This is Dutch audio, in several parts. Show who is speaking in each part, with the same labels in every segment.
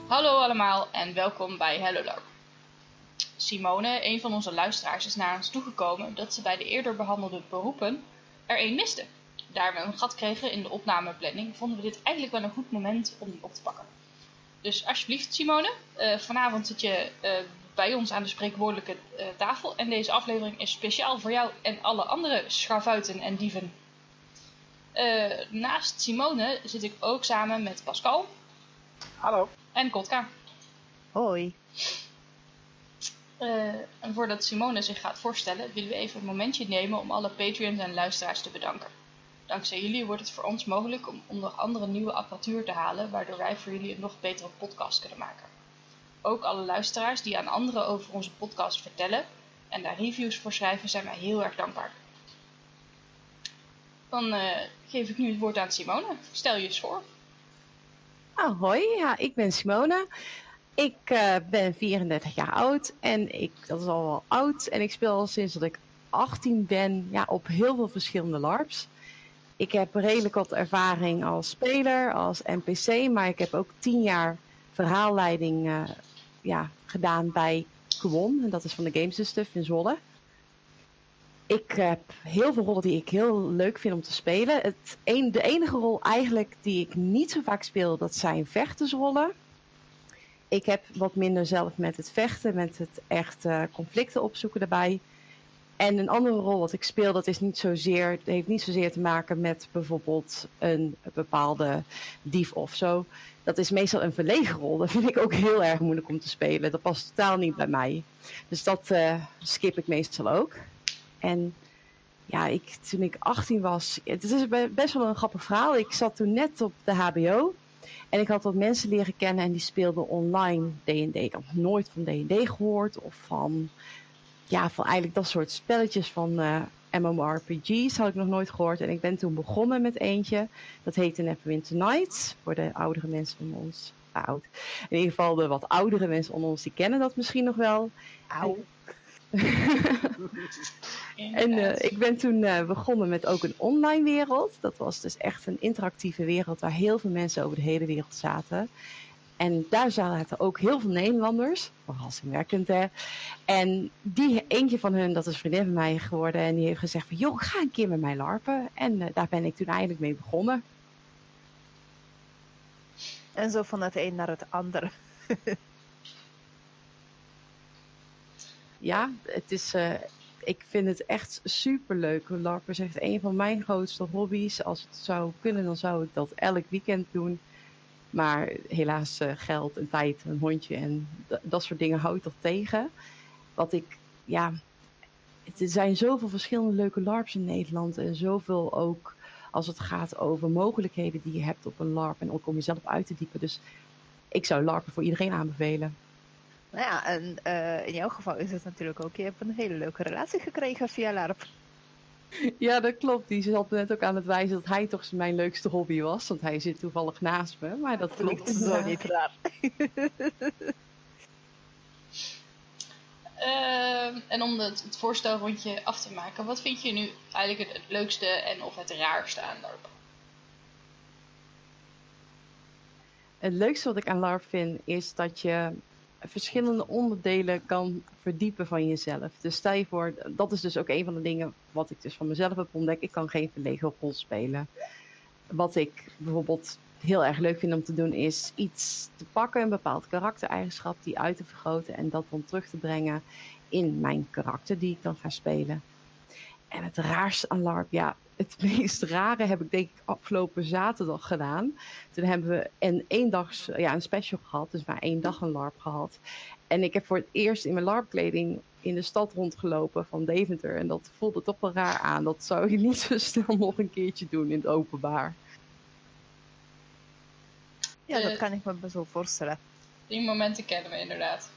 Speaker 1: Hallo allemaal en welkom bij Hello LARP. Simone, een van onze luisteraars, is naar ons toegekomen dat ze bij de eerder behandelde beroepen er één miste. Daar we een gat kregen in de opnameplanning, vonden we dit eigenlijk wel een goed moment om die op te pakken. Dus alsjeblieft Simone, vanavond zit je bij ons aan de spreekwoordelijke tafel en deze aflevering is speciaal voor jou en alle andere schavuiten en dieven. Naast Simone zit ik ook samen met Pascal.
Speaker 2: Hallo.
Speaker 1: En Kotka.
Speaker 3: Hoi.
Speaker 1: En voordat Simone zich gaat voorstellen, willen we even een momentje nemen om alle Patreons en luisteraars te bedanken. Dankzij jullie wordt het voor ons mogelijk om onder andere nieuwe apparatuur te halen, waardoor wij voor jullie een nog betere podcast kunnen maken. Ook alle luisteraars die aan anderen over onze podcast vertellen en daar reviews voor schrijven, zijn wij heel erg dankbaar. Dan geef ik nu het woord aan Simone. Stel je eens voor.
Speaker 3: Hoi, ja, ik ben Simone. Ik ben 34 jaar oud en dat is al wel oud. En ik speel al sinds dat ik 18 ben op heel veel verschillende LARPs. Ik heb redelijk wat ervaring als speler, als NPC, maar ik heb ook 10 jaar verhaalleiding gedaan bij Kwon. En dat is van de Games Stuff in Zwolle. Ik heb heel veel rollen die ik heel leuk vind om te spelen. De enige rol eigenlijk die ik niet zo vaak speel, dat zijn vechtersrollen. Ik heb wat minder zelf met het vechten, met het echt conflicten opzoeken erbij. En een andere rol wat ik speel, dat heeft niet zozeer te maken met bijvoorbeeld een bepaalde dief of zo. Dat is meestal een verlegen rol. Dat vind ik ook heel erg moeilijk om te spelen. Dat past totaal niet bij mij. Dus dat skip ik meestal ook. En ja, toen ik 18 was, het is best wel een grappig verhaal. Ik zat toen net op de HBO en ik had wat mensen leren kennen en die speelden online D&D. Ik had nooit van D&D gehoord of van eigenlijk dat soort spelletjes van MMORPG's had ik nog nooit gehoord. En ik ben toen begonnen met eentje. Dat heette Neverwinter Nights. Voor de oudere mensen van ons. Oud. In ieder geval de wat oudere mensen onder ons, die kennen dat misschien nog wel.
Speaker 2: Auw.
Speaker 3: En ik ben toen begonnen met ook een online wereld. Dat was dus echt een interactieve wereld waar heel veel mensen over de hele wereld zaten. En daar zaten ook heel veel Nederlanders, verrassingwekkend hè. En eentje van hun, dat is een vriendin van mij geworden. En die heeft gezegd van, joh, ga een keer met mij larpen. En daar ben ik toen eigenlijk mee begonnen.
Speaker 2: En zo van het een naar het ander.
Speaker 3: Ja, het is... ik vind het echt superleuk. Larpen is echt een van mijn grootste hobby's. Als het zou kunnen, dan zou ik dat elk weekend doen. Maar helaas geld en tijd, een hondje en dat soort dingen houdt toch tegen. Er zijn zoveel verschillende leuke LARPs in Nederland. En zoveel ook als het gaat over mogelijkheden die je hebt op een LARP. En ook om jezelf uit te diepen. Dus ik zou LARPen voor iedereen aanbevelen.
Speaker 2: Nou ja, en in jouw geval is het natuurlijk ook, je hebt een hele leuke relatie gekregen via LARP.
Speaker 3: Ja, dat klopt. Die zat net ook aan het wijzen dat hij toch mijn leukste hobby was. Want hij zit toevallig naast me. Maar dat
Speaker 2: klinkt zo niet raar.
Speaker 1: En om het voorstelrondje af te maken, wat vind je nu eigenlijk het leukste en of het raarste aan LARP?
Speaker 3: Het leukste wat ik aan LARP vind is dat je verschillende onderdelen kan verdiepen van jezelf. Dus stel je voor, dat is dus ook een van de dingen wat ik dus van mezelf heb ontdekt. Ik kan geen verlegen rol spelen. Wat ik bijvoorbeeld heel erg leuk vind om te doen is iets te pakken, een bepaald karaktereigenschap, die uit te vergroten en dat dan terug te brengen in mijn karakter die ik dan ga spelen. En het raarste aan LARP, het meest rare heb ik denk ik afgelopen zaterdag gedaan. Toen hebben we een special gehad, dus maar 1 dag een LARP gehad. En ik heb voor het eerst in mijn LARP-kleding in de stad rondgelopen van Deventer. En dat voelde toch wel raar aan. Dat zou je niet zo snel nog een keertje doen in het openbaar.
Speaker 2: Ja, dat kan ik me best wel voorstellen.
Speaker 1: Die momenten kennen we inderdaad.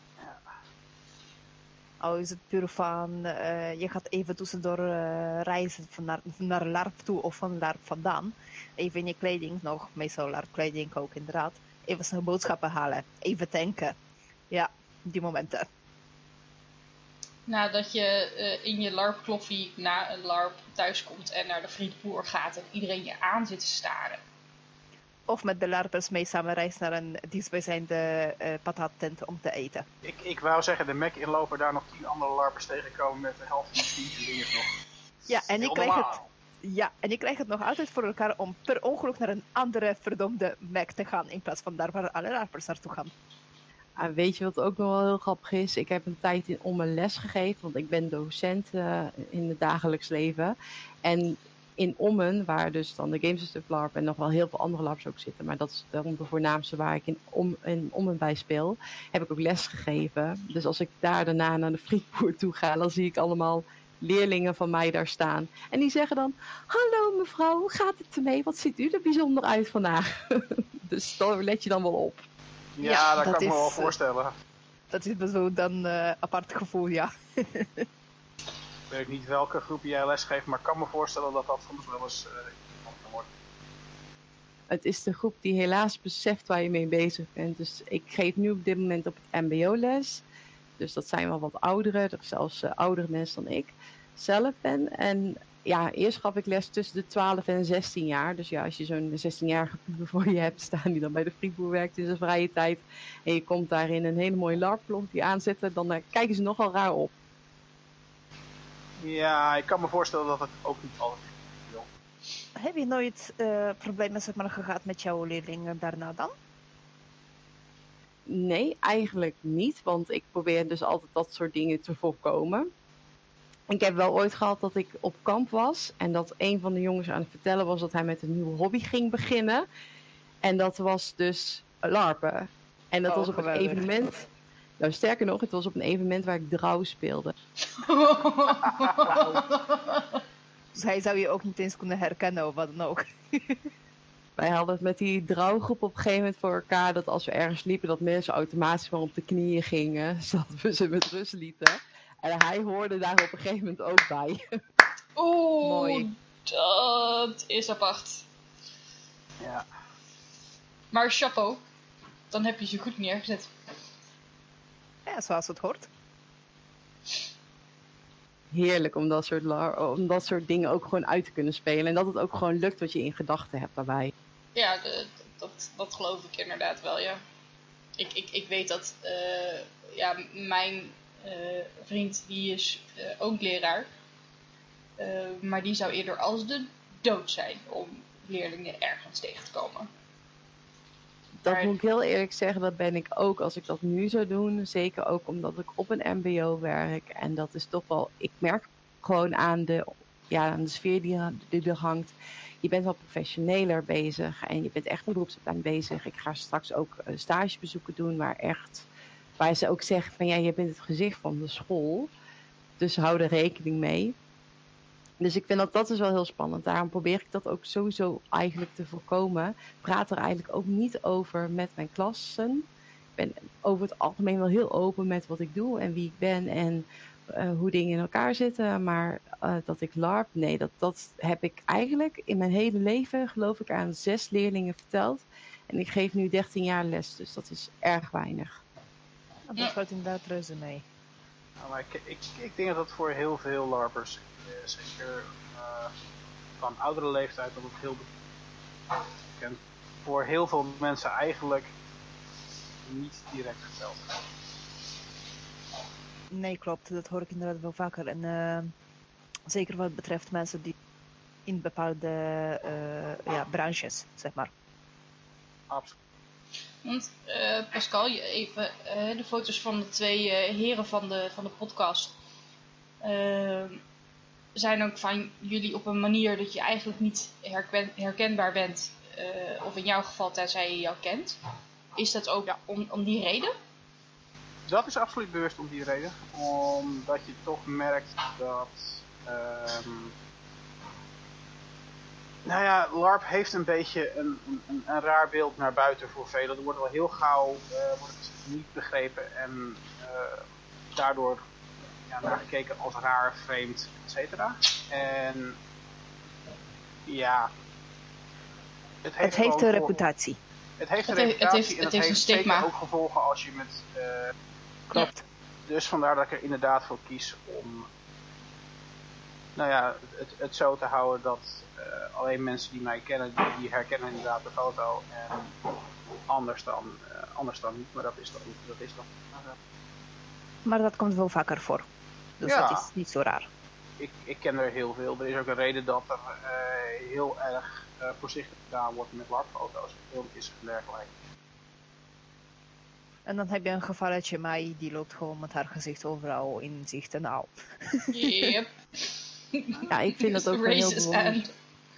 Speaker 2: Al is het puur van, je gaat even tussendoor reizen naar LARP toe of van LARP vandaan. Even in je kleding, nog meestal LARP kleding ook inderdaad. Even zijn boodschappen halen, even tanken. Ja, die momenten.
Speaker 1: Nadat je in je LARP-kloffie na een LARP thuiskomt en naar de frietboer gaat en iedereen je aan zit te staren.
Speaker 2: Of met de larpers mee samen reizen naar een dichtstbijzijnde patattent om te eten.
Speaker 4: Ik wou zeggen, de Mac inloper daar nog 10 andere larpers tegenkomen met de helft van de team en dingen nog.
Speaker 2: Ja, en
Speaker 4: Heel
Speaker 2: ik krijg het.
Speaker 4: normaal.
Speaker 2: Ja, en ik krijg het nog altijd voor elkaar om per ongeluk naar een andere verdomde Mac te gaan. In plaats van daar waar alle larpers naartoe gaan.
Speaker 3: Weet je wat ook nog wel heel grappig is? Ik heb een tijd in Ommen les gegeven, want ik ben docent in het dagelijks leven. En in Ommen, waar dus dan de Games Stuff LARP en nog wel heel veel andere LARPs ook zitten, maar dat is dan de voornaamste waar ik in Ommen bij speel, heb ik ook les gegeven. Dus als ik daar daarna naar de frietboer toe ga, dan zie ik allemaal leerlingen van mij daar staan. En die zeggen dan, hallo mevrouw, hoe gaat het ermee? Wat ziet u er bijzonder uit vandaag? Dus daar let je dan wel op.
Speaker 4: Ja, dat
Speaker 2: dat
Speaker 4: kan ik me
Speaker 2: is,
Speaker 4: wel voorstellen.
Speaker 2: Dat is zo dan apart gevoel, ja.
Speaker 4: Ik weet niet welke groep jij lesgeeft, maar ik kan me voorstellen dat dat soms wel eens iemand kan worden.
Speaker 3: Het is de groep die helaas beseft waar je mee bezig bent. Dus ik geef nu op dit moment op het mbo les. Dus dat zijn wel wat ouderen, zelfs oudere mensen dan ik zelf ben. En ja, eerst gaf ik les tussen de 12 en 16 jaar. Dus ja, als je zo'n 16-jarige puber voor je hebt staan die dan bij de frietboer werkt in zijn vrije tijd. En je komt daar in een hele mooie larpklomp die aanzetten, dan kijken ze nogal raar op.
Speaker 4: Ja, ik kan me voorstellen dat het ook niet altijd wil.
Speaker 2: Heb je nooit problemen zeg maar, gehad met jouw leerlingen daarna dan?
Speaker 3: Nee, eigenlijk niet. Want ik probeer dus altijd dat soort dingen te voorkomen. Ik heb wel ooit gehad dat ik op kamp was. En dat een van de jongens aan het vertellen was dat hij met een nieuwe hobby ging beginnen. En dat was dus larpen. En dat was op
Speaker 2: geweldig.
Speaker 3: een evenement. Nou, sterker nog, het was op een evenement waar ik Drow speelde.
Speaker 2: Dus hij zou je ook niet eens kunnen herkennen of wat dan ook.
Speaker 3: Wij hadden het met die Drow-groep op een gegeven moment voor elkaar. Dat als we ergens liepen, dat mensen automatisch maar op de knieën gingen. Zodat we ze met rust lieten. En hij hoorde daar op een gegeven moment ook bij.
Speaker 1: Oeh,
Speaker 2: Mooi.
Speaker 1: dat is apart.
Speaker 4: Ja.
Speaker 1: Maar chapeau, dan heb je ze goed neergezet.
Speaker 2: Ja, zoals het hoort.
Speaker 3: Heerlijk om dat soort dingen ook gewoon uit te kunnen spelen. En dat het ook gewoon lukt wat je in gedachten hebt daarbij.
Speaker 1: Ja, dat geloof ik inderdaad wel, ja. Ik weet dat ja, mijn vriend die is ook leraar. Maar die zou eerder als de dood zijn om leerlingen ergens tegen te komen.
Speaker 3: Dat moet ik heel eerlijk zeggen, dat ben ik ook als ik dat nu zou doen. Zeker ook omdat ik op een mbo werk. En dat is toch wel, ik merk gewoon aan de sfeer die er hangt. Je bent wel professioneler bezig en je bent echt beroepsopleiding bezig. Ik ga straks ook stagebezoeken doen waar ze ook zeggen van ja, je bent het gezicht van de school. Dus hou er rekening mee. Dus ik vind dat is wel heel spannend. Daarom probeer ik dat ook sowieso eigenlijk te voorkomen. Ik praat er eigenlijk ook niet over met mijn klassen. Ik ben over het algemeen wel heel open met wat ik doe en wie ik ben en hoe dingen in elkaar zitten. Maar dat ik LARP, nee, dat heb ik eigenlijk in mijn hele leven, geloof ik, aan 6 leerlingen verteld. En ik geef nu 13 jaar les, dus dat is erg weinig.
Speaker 2: Nou, dat valt inderdaad reuze mee.
Speaker 4: Nou, maar ik denk dat het voor heel veel larpers, zeker van oudere leeftijd, dat het heel bekend voor heel veel mensen eigenlijk niet direct geteld.
Speaker 2: Nee, klopt. Dat hoor ik inderdaad wel vaker. En zeker wat betreft mensen die in bepaalde branches, zeg maar.
Speaker 4: Absoluut.
Speaker 1: Want Pascal, even de foto's van de 2 heren van de podcast zijn ook van jullie op een manier dat je eigenlijk niet herkenbaar bent. Of in jouw geval, tenzij je jou kent. Is dat ook om die reden?
Speaker 4: Dat is absoluut bewust om die reden. Omdat je toch merkt dat... nou ja, LARP heeft een beetje een raar beeld naar buiten voor velen. Er wordt wel heel gauw wordt het niet begrepen en daardoor naar gekeken als raar, vreemd, etc. En ja,
Speaker 2: Het heeft een reputatie.
Speaker 4: Het heeft een reputatie en het heeft
Speaker 1: stigma.
Speaker 4: zeker ook gevolgen als je met...
Speaker 2: Klopt.
Speaker 4: Dus vandaar dat ik er inderdaad voor kies om nou ja, het zo te houden dat alleen mensen die mij kennen, die herkennen inderdaad de foto. En anders dan niet, maar dat is dan.
Speaker 2: Maar dat komt wel vaker voor. Dus
Speaker 4: Ja.
Speaker 2: het is niet zo raar.
Speaker 4: Ik ken er heel veel. Er is ook een reden dat er heel erg voorzichtig gedaan wordt met LARP-foto's, filmpjes en dergelijke.
Speaker 2: En dan heb je een gevalletje mij, die loopt gewoon met haar gezicht overal in zicht en al.
Speaker 1: Yep.
Speaker 3: Ja, ik vind dat ook wel heel
Speaker 1: Racist
Speaker 3: bewonderend.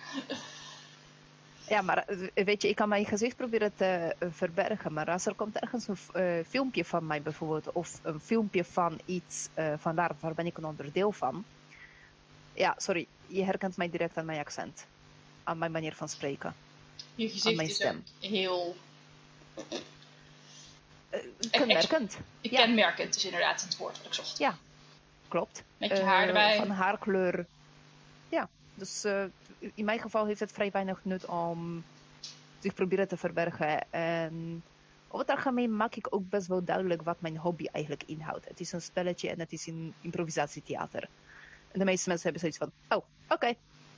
Speaker 2: Ja, maar weet je, ik kan mijn gezicht proberen te verbergen. Maar als er komt ergens een filmpje van mij bijvoorbeeld, of een filmpje van iets van daar, waar ben ik een onderdeel van. Ja, sorry, je herkent mij direct aan mijn accent. Aan mijn manier van spreken.
Speaker 1: Je
Speaker 2: Aan
Speaker 1: gezicht
Speaker 2: mijn
Speaker 1: is
Speaker 2: stem.
Speaker 1: ook heel
Speaker 2: Kenmerkend. Ja.
Speaker 1: kenmerkend, is inderdaad het woord wat ik zocht.
Speaker 2: Ja, klopt.
Speaker 1: Met je haar erbij.
Speaker 2: Van haarkleur. Ja, dus in mijn geval heeft het vrij weinig nut om zich proberen te verbergen. En over het algemeen maak ik ook best wel duidelijk wat mijn hobby eigenlijk inhoudt. Het is een spelletje en het is een improvisatietheater. En de meeste mensen hebben zoiets van, oh, oké.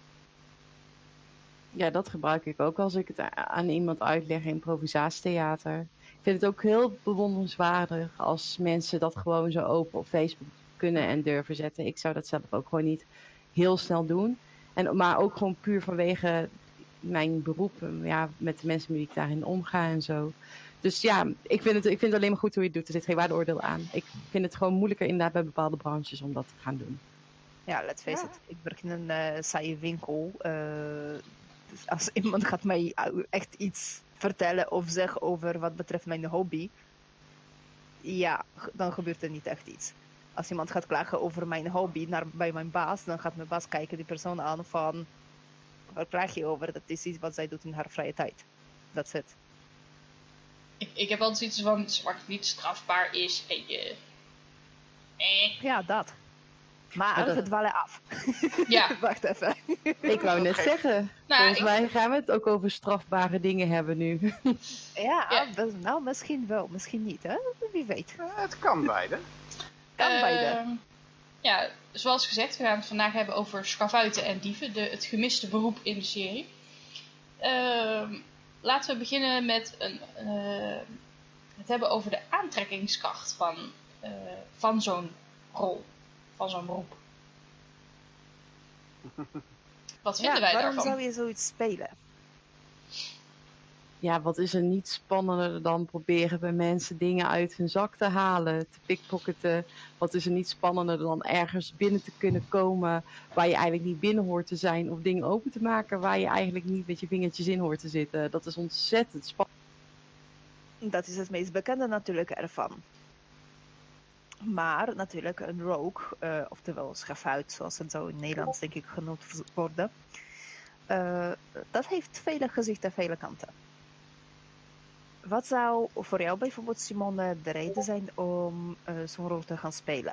Speaker 3: Ja, dat gebruik ik ook als ik het aan iemand uitleg in improvisatietheater. Ik vind het ook heel bewonderenswaardig als mensen dat gewoon zo open op Facebook kunnen en durven zetten. Ik zou dat zelf ook gewoon niet heel snel doen. Maar ook gewoon puur vanwege mijn beroep, ja, met de mensen met wie ik daarin omga en zo. Dus ja, ik vind het alleen maar goed hoe je het doet. Er zit geen waardeoordeel aan. Ik vind het gewoon moeilijker inderdaad bij bepaalde branches om dat te gaan doen.
Speaker 2: Ja, let's face it. Ik werk in een saaie winkel. Dus als iemand gaat mij echt iets vertellen of zeggen over wat betreft mijn hobby, ja, dan gebeurt er niet echt iets. Als iemand gaat klagen over mijn hobby bij mijn baas, dan gaat mijn baas kijken die persoon aan van, waar klaag je over? Dat is iets wat zij doet in haar vrije tijd. That's it.
Speaker 1: Ik heb altijd iets van, zwart niet strafbaar is en je...
Speaker 2: Ja, dat. Maar
Speaker 3: dat-
Speaker 2: we dwalen af.
Speaker 1: Ja.
Speaker 2: Wacht even.
Speaker 3: Ik wou net
Speaker 4: Oké.
Speaker 3: zeggen,
Speaker 1: Nou,
Speaker 3: volgens mij gaan we het ook over strafbare dingen hebben nu.
Speaker 1: Ja.
Speaker 2: Nou, misschien wel, misschien niet, hè? Wie weet.
Speaker 4: Het kan beide.
Speaker 2: Kan beide.
Speaker 1: Ja, zoals gezegd, we gaan het vandaag hebben over schavuiten en dieven, het gemiste beroep in de serie. Laten we beginnen met het hebben over de aantrekkingskracht van zo'n rol, van zo'n beroep. Wat vinden wij
Speaker 2: waarom
Speaker 1: daarvan?
Speaker 2: zou je zoiets spelen?
Speaker 3: Ja, wat is er niet spannender dan proberen bij mensen dingen uit hun zak te halen, te pickpocketen? Wat is er niet spannender dan ergens binnen te kunnen komen waar je eigenlijk niet binnen hoort te zijn, of dingen open te maken waar je eigenlijk niet met je vingertjes in hoort te zitten? Dat is ontzettend spannend.
Speaker 2: Dat is het meest bekende natuurlijk ervan. Maar natuurlijk een rogue, oftewel schavuit, zoals het zo in Nederlands denk ik genoemd worden. Dat heeft vele gezichten, vele kanten. Wat zou voor jou bijvoorbeeld, Simone, de reden zijn om zo'n rol te gaan spelen?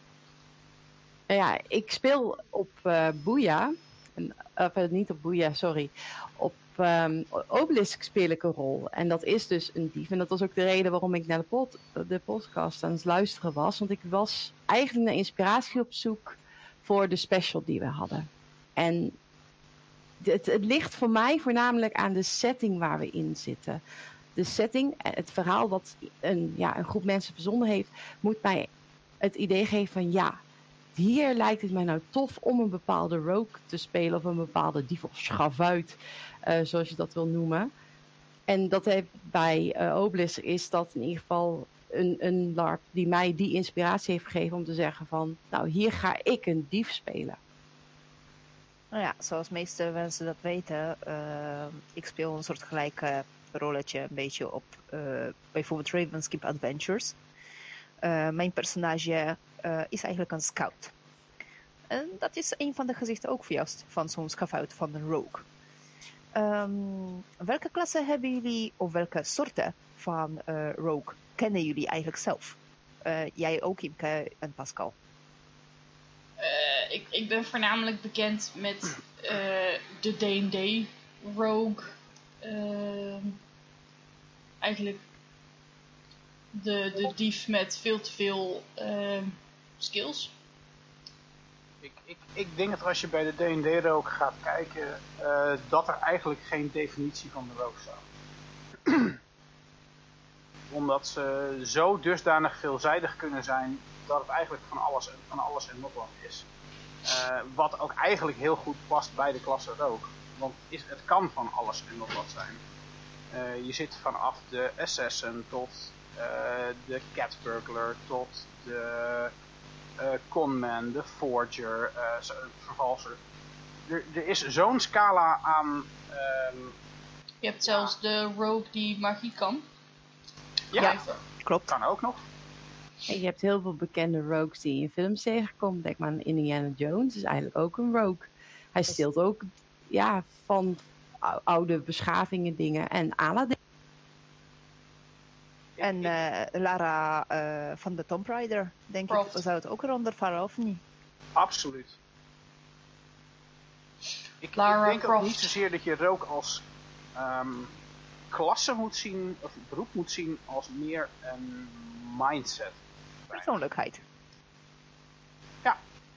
Speaker 3: Ja, ik speel op Booyah. Niet op Booyah, sorry. Op Obelisk speel ik een rol. En dat is dus een dief. En dat was ook de reden waarom ik naar de podcast aan het luisteren was. Want ik was eigenlijk naar inspiratie op zoek voor de special die we hadden. En het ligt voor mij voornamelijk aan de setting waar we in zitten. De setting, het verhaal dat een groep mensen verzonnen heeft, moet mij het idee geven van ja, hier lijkt het mij nou tof om een bepaalde rogue te spelen of een bepaalde dief of schavuit, zoals je dat wil noemen. En dat heeft bij Obelisk is dat in ieder geval een LARP die mij die inspiratie heeft gegeven om te zeggen van, nou hier ga ik een dief spelen.
Speaker 2: Nou ja, zoals de meeste mensen dat weten, ik speel een soort gelijke rolletje een beetje op bijvoorbeeld Ravenskeep Adventures. Mijn personage is eigenlijk een scout. En dat is een van de gezichten ook juist van zo'n schavuit van een rogue. Welke klassen hebben jullie, of welke soorten van rogue kennen jullie eigenlijk zelf? Jij ook, Imke en Pascal.
Speaker 1: Ik ben voornamelijk bekend met de D&D rogue. Eigenlijk de dief met veel te veel skills.
Speaker 4: Ik denk dat als je bij de D&D-rook gaat kijken, dat er eigenlijk geen definitie van de rook staat. Omdat ze zo dusdanig veelzijdig kunnen zijn, dat het eigenlijk van alles en nog wat is. Wat ook eigenlijk heel goed past bij de klasse rook. Want het kan van alles en nog wat zijn. Je zit vanaf de assassin tot de cat burglar, tot de conman, de forger, vervalser. Er is zo'n scala aan...
Speaker 1: Je hebt zelfs de rogue die magie kan.
Speaker 4: Ja,
Speaker 2: Klopt.
Speaker 4: kan ook nog.
Speaker 3: En je hebt heel veel bekende rogues die in films tegenkomt. Denk maar aan Indiana Jones, is eigenlijk ook een rogue. Hij steelt ook van oude beschavingen dingen en Aladdin.
Speaker 2: En Lara van de Tomb Raider, denk ik, zou het ook eronder vallen, of niet?
Speaker 4: Absoluut. Ik denk ook niet zozeer dat je rook als klasse moet zien, of beroep moet zien, als meer een mindset.
Speaker 2: Persoonlijkheid.
Speaker 4: Ja.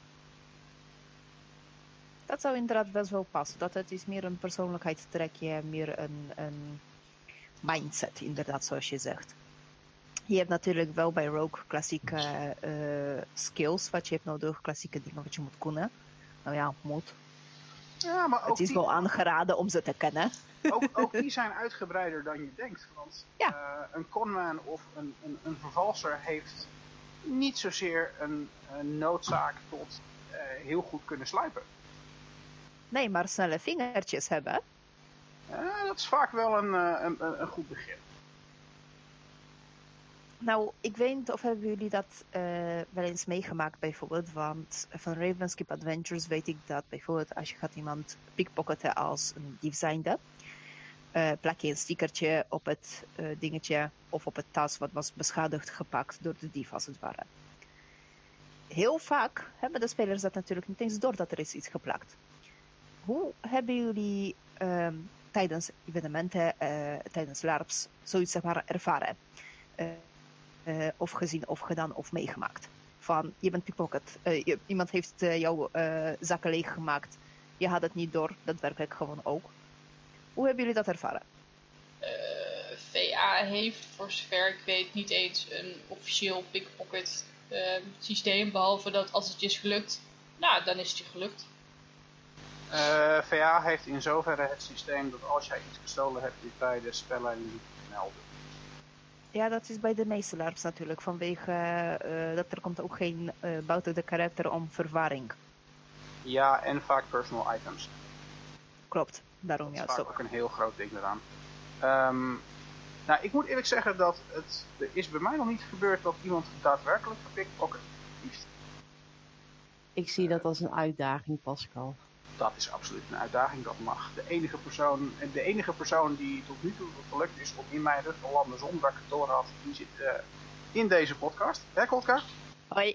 Speaker 2: Dat zou inderdaad best wel passen. Dat het is meer een persoonlijkheidstrekje, meer een mindset, inderdaad, zoals je zegt. Je hebt natuurlijk wel bij Rogue klassieke skills, wat je hebt nodig, klassieke dingen wat je moet kunnen. Nou ja, moet.
Speaker 4: Ja, maar ook
Speaker 2: het is wel aangeraden om ze te kennen.
Speaker 4: Ook die zijn uitgebreider dan je denkt. Want een conman of een vervalser heeft niet zozeer een noodzaak tot heel goed kunnen sluipen.
Speaker 2: Nee, maar snelle vingertjes hebben.
Speaker 4: Dat is vaak wel een goed begrip.
Speaker 2: Nou, ik weet niet of hebben jullie dat wel eens meegemaakt bijvoorbeeld, want van Ravenskip Adventures weet ik dat bijvoorbeeld als je gaat iemand pickpocketen als een dief zijnde, plak je een stickertje op het dingetje of op het tas wat was beschadigd gepakt door de dief als het ware. Heel vaak hebben de spelers dat natuurlijk niet eens door dat er is iets geplakt. Hoe hebben jullie tijdens evenementen, tijdens LARPs, zoiets zeg maar ervaren? Of gezien, of gedaan, of meegemaakt. Van, je bent pickpocket. Iemand heeft jouw zakken leeggemaakt. Je had het niet door, daadwerkelijk gewoon ook. Hoe hebben jullie dat ervaren?
Speaker 1: VA heeft, voor zover ik weet, niet eens een officieel pickpocket systeem. Behalve dat als het je is gelukt, nou, dan is het je gelukt.
Speaker 4: VA heeft in zoverre het systeem dat als jij iets gestolen hebt, je bij de spelleiding niet melden.
Speaker 2: Ja, dat is bij de meeste LARPs natuurlijk. Vanwege dat er komt ook geen buiten de karakter om verwarring.
Speaker 4: Ja, en vaak personal items.
Speaker 2: Klopt, daarom
Speaker 4: dat
Speaker 2: juist
Speaker 4: is vaak ook een heel groot ding eraan. Nou, ik moet eerlijk zeggen dat er is bij mij nog niet gebeurd dat iemand daadwerkelijk gepickpocket heeft.
Speaker 3: Ik zie dat als een uitdaging, Pascal.
Speaker 4: Dat is absoluut een uitdaging, dat mag. De enige persoon die tot nu toe gelukt is om in mijn rug te landen zonder dat ik het door had, die zit in deze podcast. Hè, Kotka?
Speaker 2: Hoi.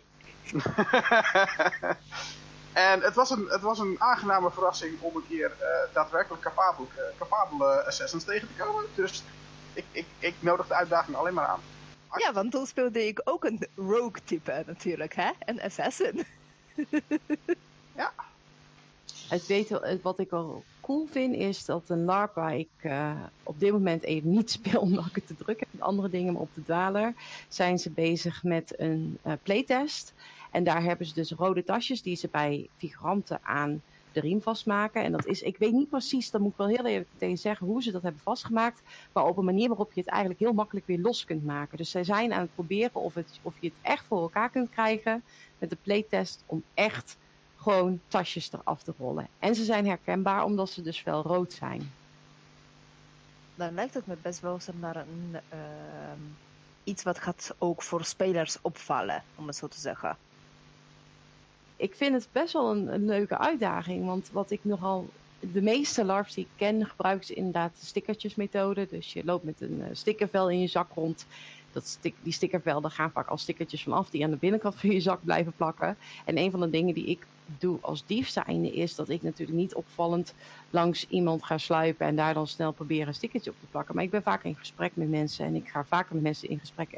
Speaker 4: En het was een aangename verrassing om een keer daadwerkelijk capabele assassins tegen te komen. Dus ik nodig de uitdaging alleen maar aan.
Speaker 2: Ja, want toen speelde ik ook een rogue type natuurlijk, hè? Een assassin.
Speaker 4: Ja.
Speaker 3: Wat ik wel cool vind is dat een LARP waar ik op dit moment even niet speel omdat ik het te druk heb met andere dingen, maar op de dwaler zijn ze bezig met een playtest. En daar hebben ze dus rode tasjes die ze bij figuranten aan de riem vastmaken. En dat is, ik weet niet precies, dat moet ik wel heel eerlijk meteen zeggen, hoe ze dat hebben vastgemaakt. Maar op een manier waarop je het eigenlijk heel makkelijk weer los kunt maken. Dus zij zijn aan het proberen of je het echt voor elkaar kunt krijgen met de playtest om echt gewoon tasjes eraf te rollen. En ze zijn herkenbaar omdat ze dus wel rood zijn.
Speaker 2: Dan lijkt het me best wel naar een iets wat gaat ook voor spelers opvallen, om het zo te zeggen.
Speaker 3: Ik vind het best wel een leuke uitdaging, want wat ik nogal... De meeste LARPs die ik ken gebruiken ze inderdaad de stickertjesmethode. Dus je loopt met een stickervel in je zak rond. Die stickervelden gaan vaak als stickertjes vanaf die aan de binnenkant van je zak blijven plakken. En een van de dingen die ik doe als dief zijnde is dat ik natuurlijk niet opvallend langs iemand ga sluipen en daar dan snel proberen een stickertje op te plakken. Maar ik ben vaak in gesprek met mensen en ik ga vaker met mensen in gesprek. En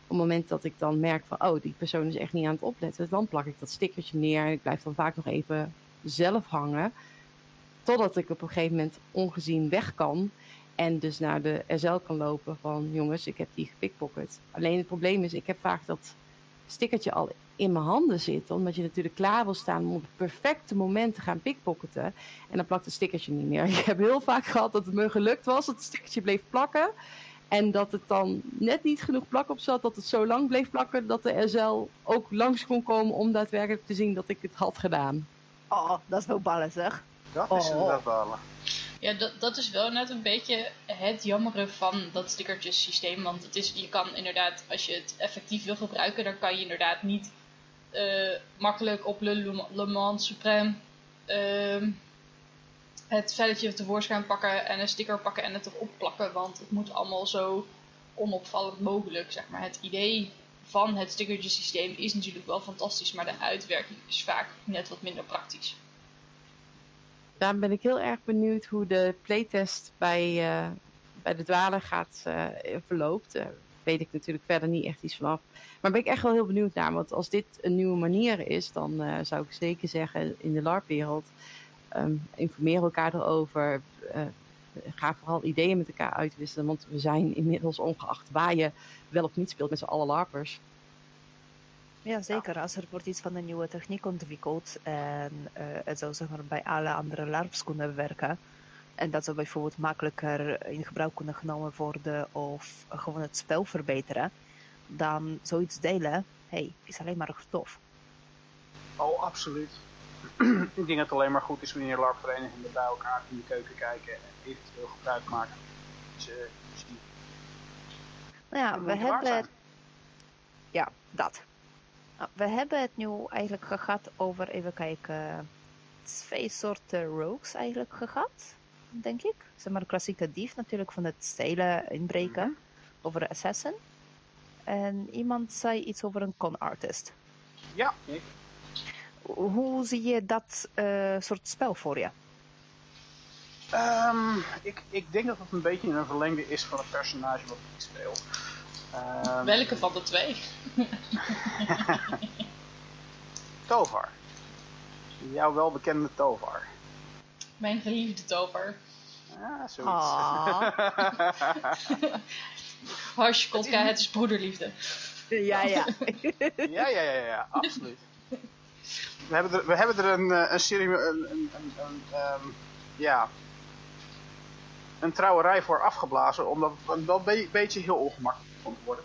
Speaker 3: Op het moment dat ik dan merk van, die persoon is echt niet aan het opletten, dan plak ik dat stickertje neer en ik blijf dan vaak nog even zelf hangen. Totdat ik op een gegeven moment ongezien weg kan. En dus naar de SL kan lopen van, jongens, ik heb die gepickpocket. Alleen het probleem is, ik heb vaak dat stickertje al in mijn handen zitten. Omdat je natuurlijk klaar wil staan om op het perfecte moment te gaan pickpocketen. En dan plakt het stickertje niet meer. Ik heb heel vaak gehad dat het me gelukt was, dat het stickertje bleef plakken. En dat het dan net niet genoeg plak op zat, dat het zo lang bleef plakken, dat de SL ook langs kon komen om daadwerkelijk te zien dat ik het had gedaan.
Speaker 2: Oh, dat is wel ballen zeg.
Speaker 4: Dat is inderdaad balen.
Speaker 1: Ja, dat is wel net een beetje het jammere van dat stickertjesysteem. Want je kan inderdaad, als je het effectief wil gebruiken, dan kan je inderdaad niet makkelijk op Le Mans Supreme het velletje tevoorschijn pakken en een sticker pakken en het erop plakken. Want het moet allemaal zo onopvallend mogelijk, zeg maar. Het idee van het stickertjesysteem is natuurlijk wel fantastisch, maar de uitwerking is vaak net wat minder praktisch.
Speaker 3: Daar ben ik heel erg benieuwd hoe de playtest bij de dwalen gaat verloopt. Weet ik natuurlijk verder niet echt iets vanaf. Maar ben ik echt wel heel benieuwd naar. Want als dit een nieuwe manier is, dan zou ik zeker zeggen in de LARP-wereld, informeer elkaar erover. Ga vooral ideeën met elkaar uitwisselen. Want we zijn inmiddels, ongeacht waar je wel of niet speelt, met z'n allen LARPers.
Speaker 2: Ja, zeker. Als er wordt iets van een nieuwe techniek ontwikkeld en het zou zeg maar bij alle andere LARPs kunnen werken en dat zou bijvoorbeeld makkelijker in gebruik kunnen genomen worden of gewoon het spel verbeteren, dan zoiets delen, is alleen maar tof.
Speaker 4: Oh, absoluut. Ik denk dat het alleen maar goed is wanneer LARP-verenigingen bij elkaar in de keuken kijken en eventueel gebruik maken.
Speaker 2: Nou ja, we hebben... Ja, dat. Nou, we hebben het nu eigenlijk gehad over, even kijken, 2 soorten rogues eigenlijk gehad, denk ik. Zeg maar de klassieke dief natuurlijk van het stelen, inbreken, over de assassin. En iemand zei iets over een con artist.
Speaker 4: Ja, ik.
Speaker 2: Hoe zie je dat soort spel voor je?
Speaker 4: Ik denk dat het een beetje een verlengde is van het personage wat ik speel.
Speaker 1: Welke van de 2?
Speaker 4: Tovar. Jouw welbekende Tovar.
Speaker 1: Mijn geliefde Tovar.
Speaker 4: Ja, zoiets.
Speaker 1: Hush, Kotka, het is broederliefde.
Speaker 2: Ja.
Speaker 4: Ja, absoluut. We hebben er een serie, een trouwerij voor afgeblazen, omdat het wel een beetje heel ongemakkelijk kon worden.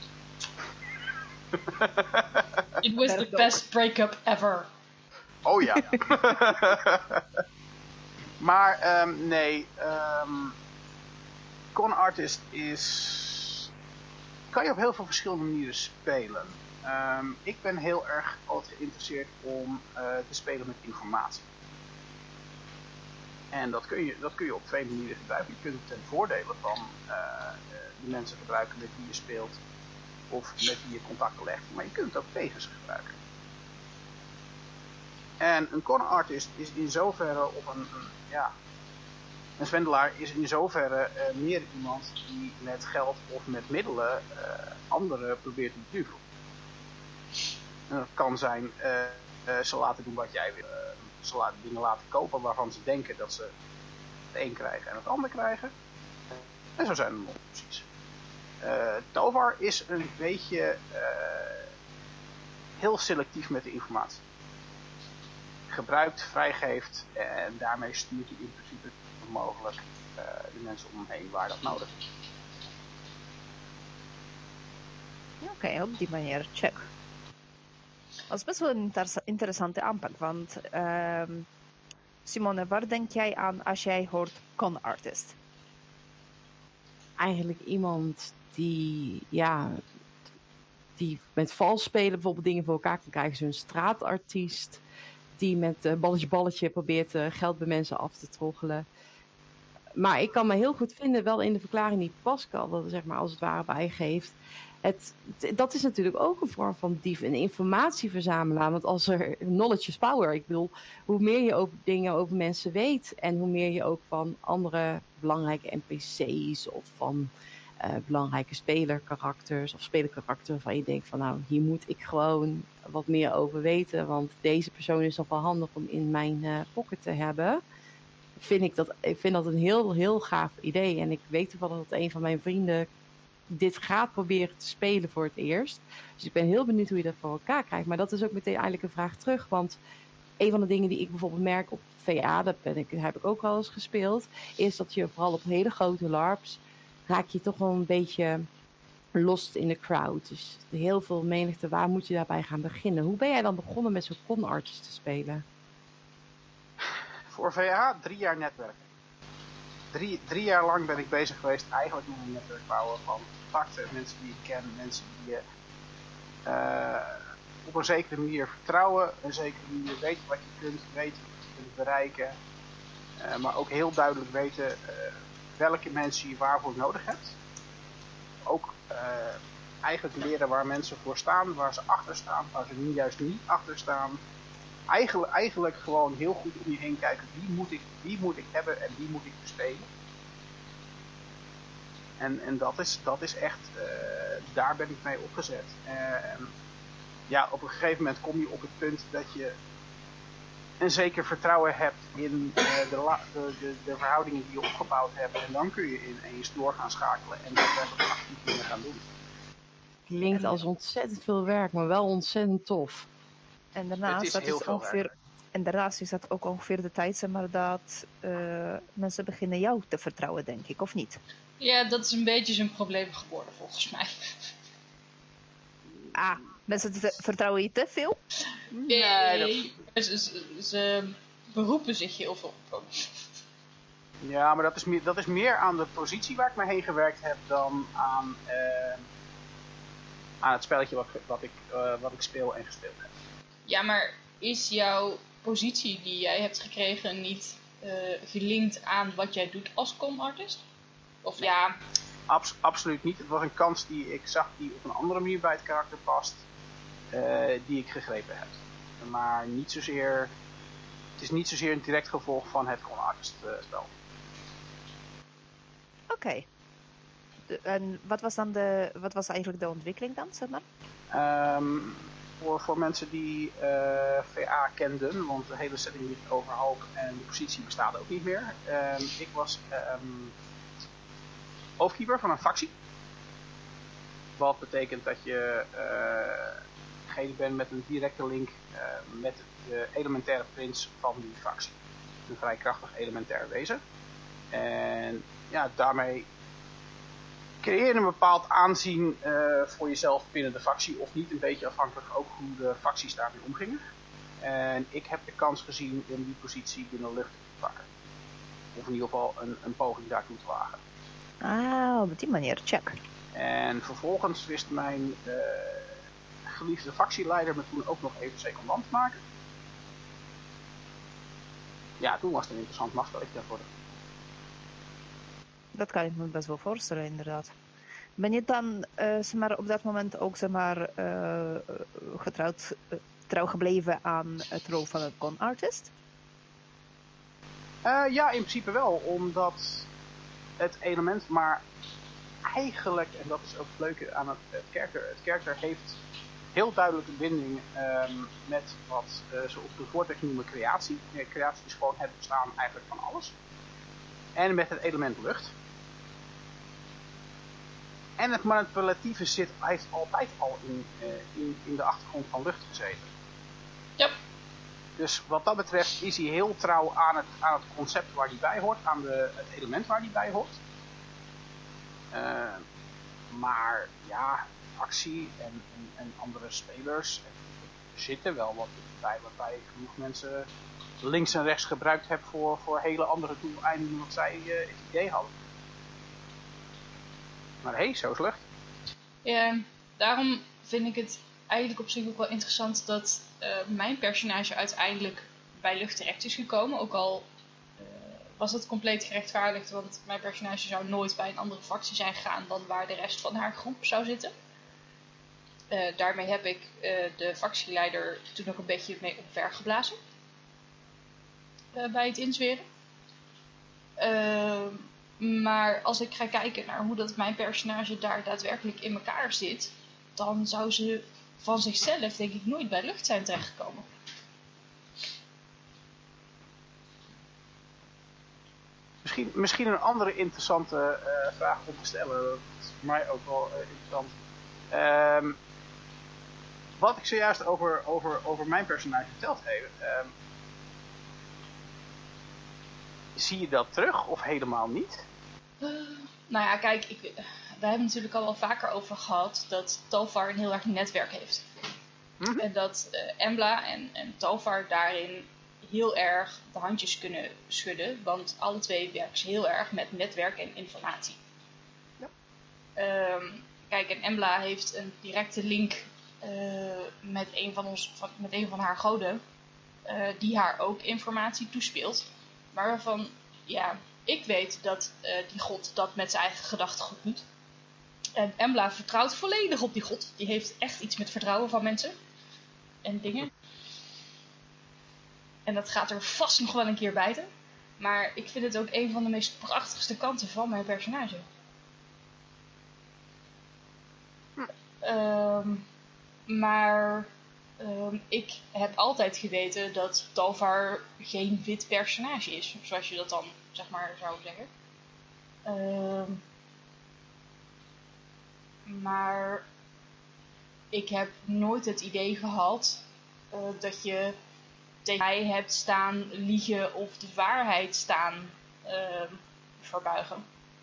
Speaker 1: It was the best breakup ever.
Speaker 4: Oh ja. Maar nee, con artist kan je op heel veel verschillende manieren spelen. Ik ben heel erg altijd geïnteresseerd om te spelen met informatie. En dat kun je op 2 manieren gebruiken. Je kunt het ten voordele van de mensen gebruiken met wie je speelt of met wie je contacten legt, maar je kunt het ook tegen ze gebruiken. En een con artist is in zoverre een zwendelaar is in zoverre meer iemand die met geld of met middelen anderen probeert te beduvelen. En dat kan zijn, ze laten doen wat jij wil. Ze laten dingen laten kopen waarvan ze denken dat ze het een krijgen en het ander krijgen. En zo zijn er nog opties. Tovar is een beetje heel selectief met de informatie. Gebruikt, vrijgeeft en daarmee stuurt hij in principe mogelijk de mensen om hem heen waar dat nodig is.
Speaker 2: Oké, op die manier, check. Dat is best wel een interessante aanpak, want Simone, waar denk jij aan als jij hoort con artist?
Speaker 3: Eigenlijk iemand die met vals spelen bijvoorbeeld dingen voor elkaar kan krijgen. Zo'n straatartiest die met balletje probeert geld bij mensen af te troggelen. Maar ik kan me heel goed vinden, wel in de verklaring die Pascal dat zeg maar als het ware bijgeeft. Dat is natuurlijk ook een vorm van dief, een informatieverzamelaar. Want als er knowledge is power. Ik bedoel, hoe meer je over dingen over mensen weet en hoe meer je ook van andere belangrijke NPC's of van belangrijke spelerkarakters of spelerkarakters waarvan je denkt van nou, hier moet ik gewoon wat meer over weten, want deze persoon is nog wel handig om in mijn pocket te hebben. Ik vind dat een heel, heel gaaf idee. En ik weet toevallig dat een van mijn vrienden dit gaat proberen te spelen voor het eerst. Dus ik ben heel benieuwd hoe je dat voor elkaar krijgt. Maar dat is ook meteen eigenlijk een vraag terug. Want een van de dingen die ik bijvoorbeeld merk op VA, heb ik ook al eens gespeeld, is dat je vooral op hele grote LARPs raak je toch wel een beetje lost in de crowd. Dus heel veel menigte, waar moet je daarbij gaan beginnen? Hoe ben jij dan begonnen met zo'n con-artist te spelen?
Speaker 4: Voor VA 3 jaar netwerken. 3 jaar lang ben ik bezig geweest eigenlijk met een netwerk bouwen van contacten, mensen die ik ken, mensen die je op een zekere manier vertrouwen, een zekere manier weten wat je kunt, weten wat je kunt bereiken, maar ook heel duidelijk weten welke mensen je waarvoor nodig hebt. Ook eigenlijk leren waar mensen voor staan, waar ze achter staan, waar ze juist niet achter staan. Eigenlijk gewoon heel goed om je heen kijken, wie moet ik hebben en wie moet ik bespelen. En dat is echt, daar ben ik mee opgezet. Ja, op een gegeven moment kom je op het punt dat je een zeker vertrouwen hebt in de verhoudingen die je opgebouwd hebt. En dan kun je ineens door gaan schakelen en dat actief dingen gaan doen.
Speaker 3: Klinkt als ontzettend veel werk, maar wel ontzettend tof.
Speaker 2: En daarnaast is dat ook ongeveer de tijd, zeg maar, dat mensen beginnen jou te vertrouwen, denk ik, of niet?
Speaker 1: Ja, dat is een beetje zijn probleem geworden, volgens mij.
Speaker 2: Mensen vertrouwen je te veel?
Speaker 1: Nee, ze beroepen zich heel veel op.
Speaker 4: Ja, maar dat is meer aan de positie waar ik me heen gewerkt heb dan aan het spelletje wat ik speel en gespeeld heb.
Speaker 1: Ja, maar is jouw positie die jij hebt gekregen niet gelinkt aan wat jij doet als con-artist? Of nee. Ja...
Speaker 4: Absoluut niet. Het was een kans die ik zag die op een andere manier bij het karakter past, die ik gegrepen heb. Maar niet zozeer... Het is niet zozeer een direct gevolg van het con-artist spel.
Speaker 2: Oké. En wat was eigenlijk de ontwikkeling dan, zeg maar?
Speaker 4: Voor mensen die VA kenden, want de hele setting ligt overhoop en de positie bestaat ook niet meer. Ik was hoofdkeeper van een factie. Wat betekent dat je degene bent met een directe link met de elementaire prins van die factie. Een vrij krachtig elementair wezen. En ja, daarmee creëer je een bepaald aanzien voor jezelf binnen de factie of niet. Een beetje afhankelijk ook hoe de facties daarmee omgingen. En ik heb de kans gezien om die positie binnen lucht te pakken. Of in ieder geval een poging daartoe te wagen.
Speaker 2: Op die manier, check.
Speaker 4: En vervolgens wist mijn geliefde factieleider me toen ook nog even secondant te maken. Ja, toen was het een interessant machtsspelletje daarvoor.
Speaker 2: Dat kan ik me best wel voorstellen, inderdaad. Ben je dan zeg maar, op dat moment ook zeg maar, trouw gebleven aan het rol van een con-artist?
Speaker 4: Ja, in principe wel, omdat het element, maar eigenlijk, en dat is ook het leuke aan het karakter heeft heel duidelijk een binding met wat ze op de voortekst noemen creatie. Creatie is gewoon het bestaan eigenlijk van alles. En met het element lucht. En het manipulatieve heeft altijd al in de achtergrond van lucht gezeten.
Speaker 1: Ja.
Speaker 4: Dus wat dat betreft is hij heel trouw aan het concept waar hij bij hoort, aan het element waar hij bij hoort. Maar ja, actie en andere spelers zitten wel wat bij, waarbij ik genoeg mensen links en rechts gebruikt heb voor hele andere doeleinden dan wat zij het idee hadden. Maar hé, zo is lucht.
Speaker 1: Ja, daarom vind ik het eigenlijk op zich ook wel interessant dat mijn personage uiteindelijk bij lucht terecht is gekomen. Ook al was het compleet gerechtvaardigd, want mijn personage zou nooit bij een andere factie zijn gegaan dan waar de rest van haar groep zou zitten. Daarmee heb ik de factieleider toen nog een beetje mee opvergeblazen. Bij het inzweren. Maar als ik ga kijken naar hoe dat mijn personage daar daadwerkelijk in elkaar zit, dan zou ze van zichzelf denk ik nooit bij lucht zijn terechtgekomen.
Speaker 4: Misschien een andere interessante vraag om te stellen. Dat is voor mij ook wel interessant. Wat ik zojuist over mijn personage verteld heb. Zie je dat terug of helemaal niet?
Speaker 1: Nou ja, kijk, we hebben natuurlijk al wel vaker over gehad dat Talvar een heel erg netwerk heeft. En dat Embla en Talvar daarin heel erg de handjes kunnen schudden. Want alle twee werken ze heel erg met netwerk en informatie.
Speaker 4: Ja.
Speaker 1: Kijk, en Embla heeft een directe link met een van haar goden. Die haar ook informatie toespeelt. Maar waarvan, ja, ik weet dat die god dat met zijn eigen gedachtegoed doet. En Embla vertrouwt volledig op die god. Die heeft echt iets met vertrouwen van mensen. En dingen. En dat gaat er vast nog wel een keer bijten. Maar ik vind het ook een van de meest prachtigste kanten van mijn personage. Maar ik heb altijd geweten dat Talvar geen wit personage is. Zoals je dat dan, zeg maar, zou zeggen. Maar ik heb nooit het idee gehad dat je tegen mij hebt staan liegen of de waarheid staan verbuigen.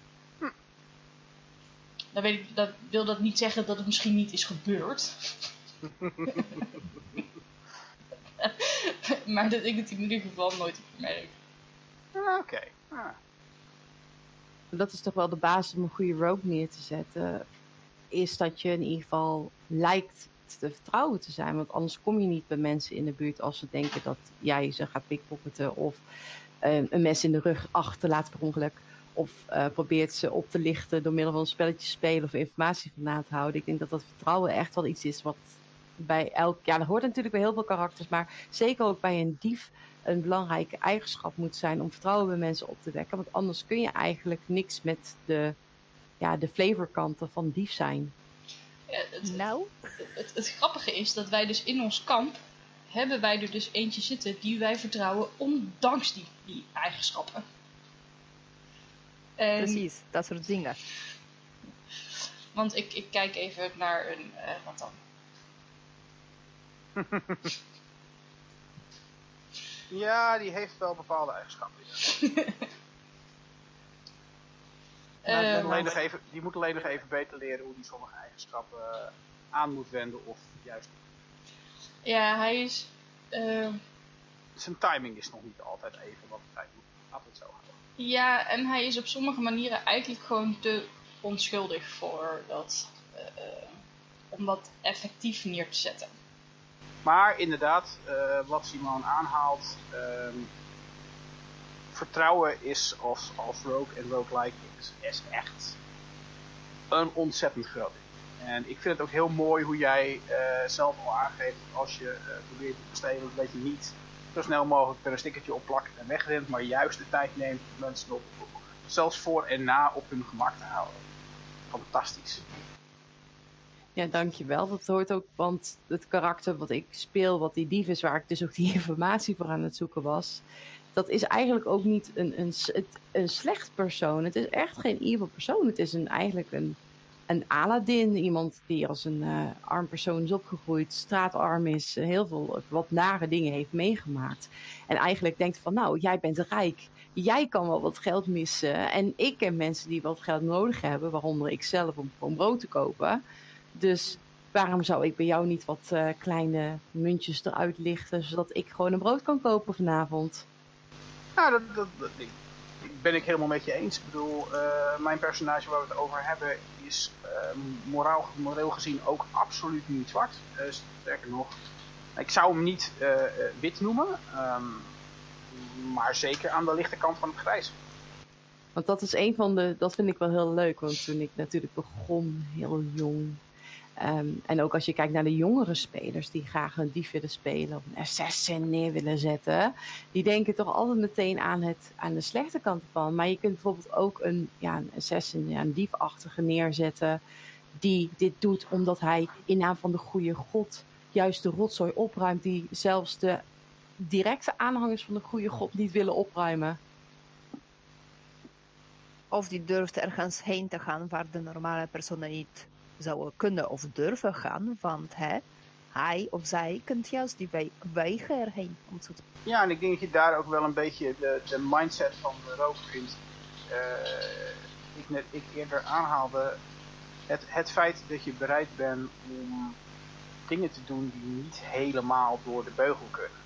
Speaker 1: Dat wil dat niet zeggen dat het misschien niet is gebeurd. Maar dat ik het in ieder geval nooit heb gemerkt.
Speaker 4: Oké.
Speaker 3: Dat is toch wel de basis om een goede rogue neer te zetten. Is dat je in ieder geval lijkt te vertrouwen te zijn. Want anders kom je niet bij mensen in de buurt als ze denken dat jij ze gaat pickpocketen. Of een mes in de rug achterlaat per ongeluk. Of probeert ze op te lichten door middel van een spelletje te spelen of informatie vandaan te houden. Ik denk dat dat vertrouwen echt wel iets is wat bij elk... Ja, dat hoort natuurlijk bij heel veel karakters. Maar zeker ook bij een dief een belangrijke eigenschap moet zijn om vertrouwen bij mensen op te wekken. Want anders kun je eigenlijk niks met de flavorkanten van dief zijn.
Speaker 1: Het grappige is dat wij dus in ons kamp hebben wij er dus eentje zitten die wij vertrouwen ondanks die eigenschappen.
Speaker 2: Precies, dat soort dingen.
Speaker 1: Want ik kijk even naar een... wat dan?
Speaker 4: Ja, die heeft wel bepaalde eigenschappen. Die moet alleen nog even beter leren hoe die sommige eigenschappen aan moet wenden of juist niet.
Speaker 1: Ja, hij is...
Speaker 4: Zijn timing is nog niet altijd even, want hij moet altijd zo houden.
Speaker 1: Ja, en hij is op sommige manieren eigenlijk gewoon te onschuldig voor dat... om dat effectief neer te zetten.
Speaker 4: Maar inderdaad, wat Simone aanhaalt... vertrouwen is als rogue en roguelike is echt een ontzettend groot ding. En ik vind het ook heel mooi hoe jij zelf al aangeeft als je probeert te stelen dat je niet zo snel mogelijk er een stickertje op plakt en wegrent, maar juist de tijd neemt om mensen op zelfs voor en na op hun gemak te houden. Fantastisch.
Speaker 3: Ja, dankjewel. Dat hoort ook, want het karakter wat ik speel, wat die dief is, waar ik dus ook die informatie voor aan het zoeken was, dat is eigenlijk ook niet een slecht persoon. Het is echt geen evil persoon. Het is eigenlijk een Aladdin. Iemand die als een arm persoon is opgegroeid, straatarm is, heel veel wat nare dingen heeft meegemaakt. En eigenlijk denkt van, nou, jij bent rijk. Jij kan wel wat geld missen. En ik ken mensen die wat geld nodig hebben, waaronder ik zelf om gewoon brood te kopen. Dus waarom zou ik bij jou niet wat kleine muntjes eruit lichten, zodat ik gewoon een brood kan kopen vanavond?
Speaker 4: Nou, dat ben ik helemaal met je eens. Ik bedoel, mijn personage waar we het over hebben is moreel gezien ook absoluut niet zwart. Sterker nog, ik zou hem niet wit noemen, maar zeker aan de lichte kant van het grijs.
Speaker 3: Want dat is dat vind ik wel heel leuk, want toen ik natuurlijk begon, heel jong, En ook als je kijkt naar de jongere spelers die graag een dief willen spelen of een assassin neer willen zetten, die denken toch altijd meteen aan de slechte kant ervan. Maar je kunt bijvoorbeeld ook een assassin, een diefachtige neerzetten die dit doet omdat hij in naam van de goede God juist de rotzooi opruimt die zelfs de directe aanhangers van de goede God niet willen opruimen.
Speaker 2: Of die durft ergens heen te gaan waar de normale personen niet zouden kunnen of durven gaan. Want hij of zij kunt juist die wegen erheen.
Speaker 4: Ja, en ik denk dat je daar ook wel een beetje de mindset van de rook vindt. Ik eerder aanhaalde. Het feit dat je bereid bent om dingen te doen die niet helemaal door de beugel kunnen.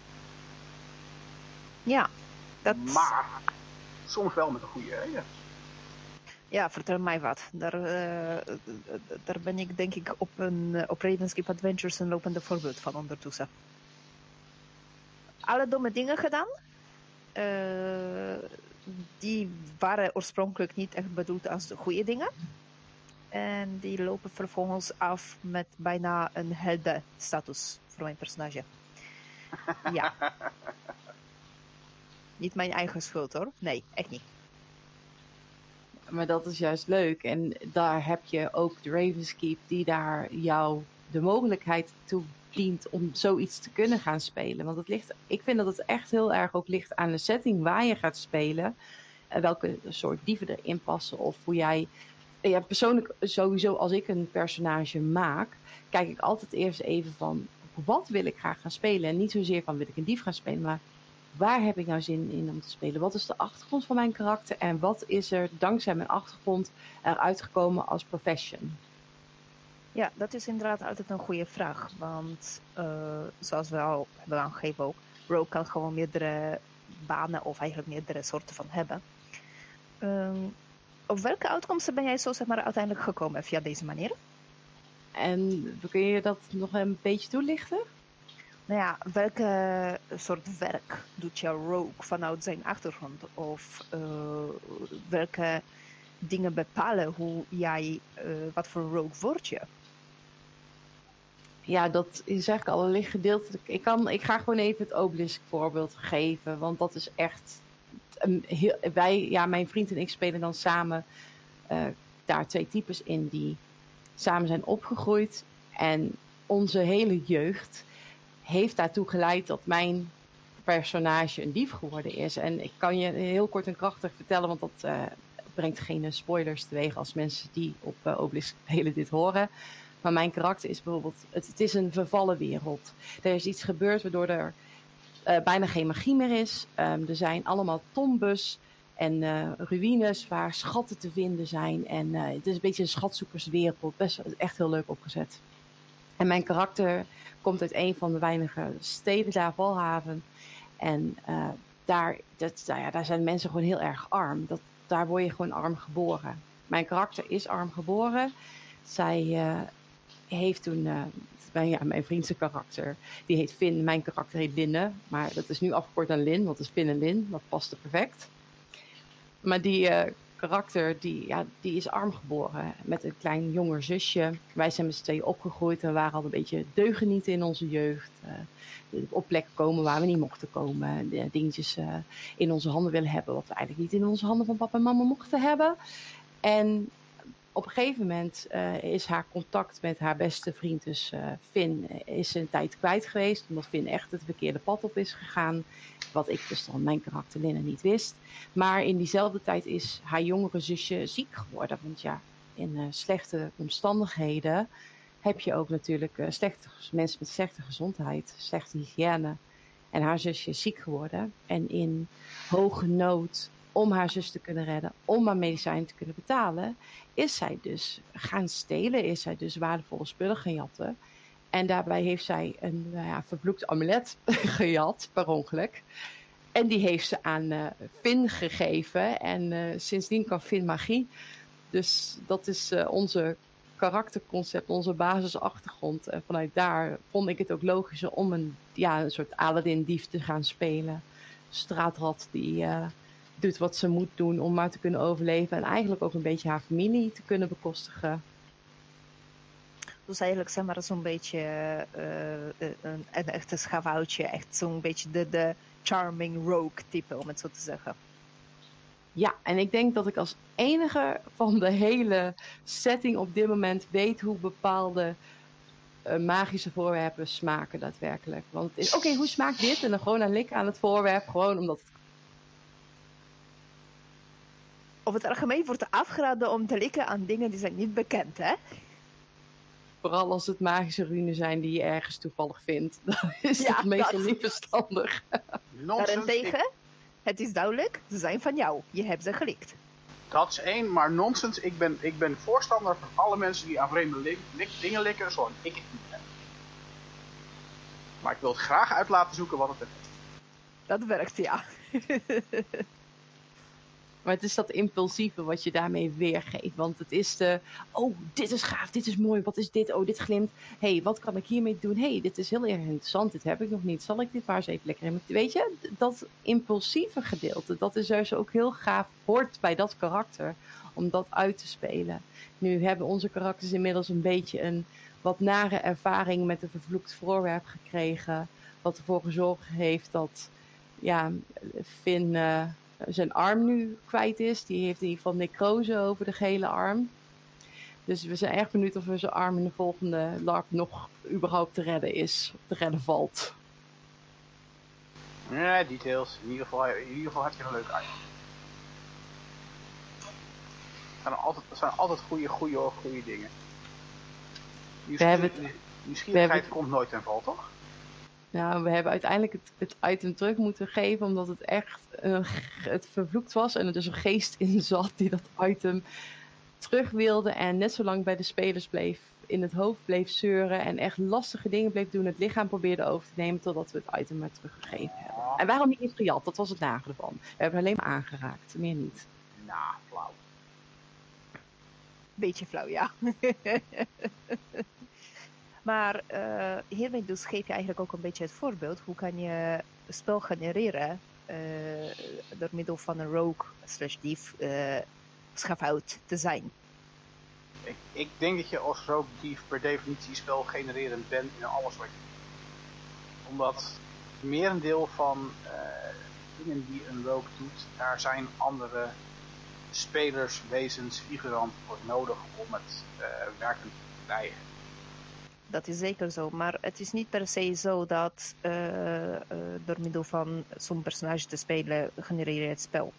Speaker 2: Ja, dat...
Speaker 4: Maar soms wel met een goede reden.
Speaker 2: Ja, vertel mij wat. Daar ben ik denk ik op Ravenskeep Adventures een lopende voorbeeld van ondertussen. Alle domme dingen gedaan. Die waren oorspronkelijk niet echt bedoeld als de goede dingen. En die lopen vervolgens af met bijna een heldenstatus voor mijn personage. Ja. Niet mijn eigen schuld hoor. Nee, echt niet.
Speaker 3: Maar dat is juist leuk. En daar heb je ook de Ravenskeep die daar jou de mogelijkheid toe dient om zoiets te kunnen gaan spelen. Want ik vind dat het echt heel erg ook ligt aan de setting waar je gaat spelen. Welke soort dieven erin passen of hoe jij... Ja, persoonlijk sowieso als ik een personage maak, kijk ik altijd eerst even van wat wil ik graag gaan spelen. En niet zozeer van wil ik een dief gaan spelen, maar waar heb ik nou zin in om te spelen? Wat is de achtergrond van mijn karakter en wat is er dankzij mijn achtergrond eruit gekomen als profession?
Speaker 2: Ja, dat is inderdaad altijd een goede vraag. Want zoals we al hebben aangegeven ook, Rogue kan gewoon meerdere banen of eigenlijk meerdere soorten van hebben. Op welke uitkomsten ben jij zo zeg maar uiteindelijk gekomen via deze manier?
Speaker 3: En kun je dat nog een beetje toelichten?
Speaker 2: Nou ja, welke soort werk doet jouw Rogue vanuit zijn achtergrond? Of welke dingen bepalen hoe jij, wat voor Rogue word je?
Speaker 3: Ja, dat is eigenlijk al een licht gedeeltelijk. Ik ga gewoon even het Obelisk voorbeeld geven, want dat is echt... mijn vriend en ik spelen dan samen daar 2 types in die samen zijn opgegroeid. En onze hele jeugd heeft daartoe geleid dat mijn personage een dief geworden is. En ik kan je heel kort en krachtig vertellen, want dat brengt geen spoilers teweeg als mensen die op Obelisk spelen dit horen. Maar mijn karakter is bijvoorbeeld... Het is een vervallen wereld. Er is iets gebeurd waardoor er bijna geen magie meer is. Er zijn allemaal tombes en ruïnes waar schatten te vinden zijn. En het is een beetje een schatzoekerswereld. Echt heel leuk opgezet. En mijn karakter komt uit een van de weinige steden daar, Valhaven. En daar zijn mensen gewoon heel erg arm. Daar word je gewoon arm geboren. Mijn karakter is arm geboren. Zij heeft toen... mijn vriendse karakter, die heet Finn. Mijn karakter heet Linne. Maar dat is nu afgekort naar Lin, want het is Finn en Lin. Dat past er perfect. Maar die karakter, die is arm geboren. Met een klein jonger zusje. Wij zijn met z'n tweeën opgegroeid. En we waren al een beetje deugenieten in onze jeugd. Op plekken komen waar we niet mochten komen. Dingetjes in onze handen willen hebben. Wat we eigenlijk niet in onze handen van papa en mama mochten hebben. En op een gegeven moment is haar contact met haar beste vriend, dus Finn, is een tijd kwijt geweest. Omdat Finn echt het verkeerde pad op is gegaan. Wat ik dus dan mijn karakter Linne niet wist. Maar in diezelfde tijd is haar jongere zusje ziek geworden. Want ja, in slechte omstandigheden heb je ook natuurlijk mensen met slechte gezondheid, slechte hygiëne. En haar zusje is ziek geworden. En in hoge nood, om haar zus te kunnen redden, om haar medicijnen te kunnen betalen, is zij dus gaan stelen, is zij dus waardevolle spullen gaan jatten. En daarbij heeft zij een vervloekt amulet gejat, per ongeluk. En die heeft ze aan Finn gegeven. En sindsdien kan Finn magie. Dus dat is onze karakterconcept, onze basisachtergrond. En vanuit daar vond ik het ook logischer om een soort Aladdin-dief te gaan spelen. Straatrat die doet wat ze moet doen om maar te kunnen overleven. En eigenlijk ook een beetje haar familie te kunnen bekostigen.
Speaker 2: Dus eigenlijk zeg maar zo'n beetje een echte schavuitje. Echt zo'n beetje de charming rogue type, om het zo te zeggen.
Speaker 3: Ja, en ik denk dat ik als enige van de hele setting op dit moment weet hoe bepaalde magische voorwerpen smaken daadwerkelijk. Want het is, oké, hoe smaakt dit? En dan gewoon aan likken aan het voorwerp, gewoon omdat het...
Speaker 2: Over het algemeen wordt afgeraden om te likken aan dingen die zijn niet bekend, hè?
Speaker 3: Vooral als het magische runen zijn die je ergens toevallig vindt. Dan is
Speaker 2: Ja,
Speaker 3: het meestal
Speaker 2: dat.
Speaker 3: niet verstandig.
Speaker 2: Daarentegen, het is duidelijk, ze zijn van jou. Je hebt ze gelikt.
Speaker 4: Dat is één, maar nonsens. Ik ben voorstander van alle mensen die aan vreemde dingen likken, zolang ik het niet heb. Maar ik wil het graag uit laten zoeken wat het is.
Speaker 2: Dat werkt, ja.
Speaker 3: Maar het is dat impulsieve wat je daarmee weergeeft. Want het is oh, dit is gaaf, dit is mooi, wat is dit? Oh, dit glimt. Hé, wat kan ik hiermee doen? Hé, dit is heel erg interessant, dit heb ik nog niet. Zal ik dit maar eens even lekker in? Weet je, dat impulsieve gedeelte, dat is dus ook heel gaaf, hoort bij dat karakter, om dat uit te spelen. Nu hebben onze karakters inmiddels een beetje een wat nare ervaring met een vervloekt voorwerp gekregen. Wat ervoor gezorgd heeft dat, ja, Finn... zijn arm nu kwijt is. Die heeft in ieder geval necrose over de gele arm. Dus we zijn erg benieuwd of we zijn arm in de volgende LARP nog überhaupt te redden valt.
Speaker 4: Nee, details. In ieder geval had je een leuk item. Het zijn altijd goede dingen. Nieuwsgierigheid komt nooit ten val, toch?
Speaker 3: Nou, we hebben uiteindelijk het item terug moeten geven, omdat het echt het vervloekt was en er dus een geest in zat die dat item terug wilde en net zo lang bij de spelers in het hoofd bleef zeuren en echt lastige dingen bleef doen, het lichaam probeerde over te nemen totdat we het item maar teruggegeven hebben. En waarom niet eens gejat? Dat was het nare ervan. We hebben alleen maar aangeraakt, meer niet.
Speaker 4: Nou, flauw.
Speaker 2: Beetje flauw, ja. Maar hiermee dus geef je eigenlijk ook een beetje het voorbeeld. Hoe kan je spel genereren door middel van een rogue/dief schavuit te zijn?
Speaker 4: Ik denk dat je als rogue-dief per definitie spelgenererend bent in alles wat je doet. Omdat het merendeel van dingen die een rogue doet, daar zijn andere spelers, wezens, figuranten voor nodig om het werkend te krijgen. Dat
Speaker 2: is zeker zo, maar het is niet per se zo dat door middel van zo'n personage te spelen genereer je het spel.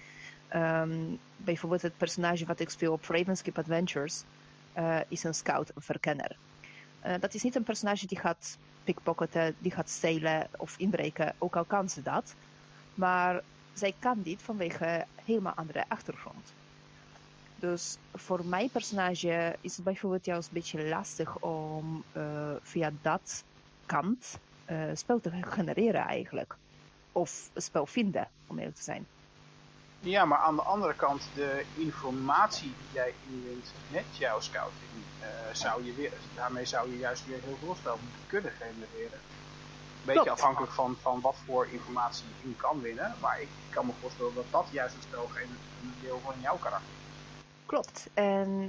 Speaker 2: Bijvoorbeeld het personage wat ik speel op Ravenskeep Adventures is een scout, een verkenner. Dat is niet een personage die gaat pickpocketen, die gaat stelen of inbreken, ook al kan ze dat. Maar zij kan dit vanwege helemaal andere achtergrond. Dus voor mijn personage is het bijvoorbeeld juist een beetje lastig om via dat kant spel te genereren eigenlijk. Of spel vinden, om eerlijk te zijn.
Speaker 4: Ja, maar aan de andere kant, de informatie die jij inwint met jouw scouting, daarmee zou je juist weer heel veel spel moeten kunnen genereren. Een beetje afhankelijk van wat voor informatie je in kan winnen. Maar ik kan me voorstellen dat dat juist het spel een deel van jouw karakter is.
Speaker 2: Klopt. En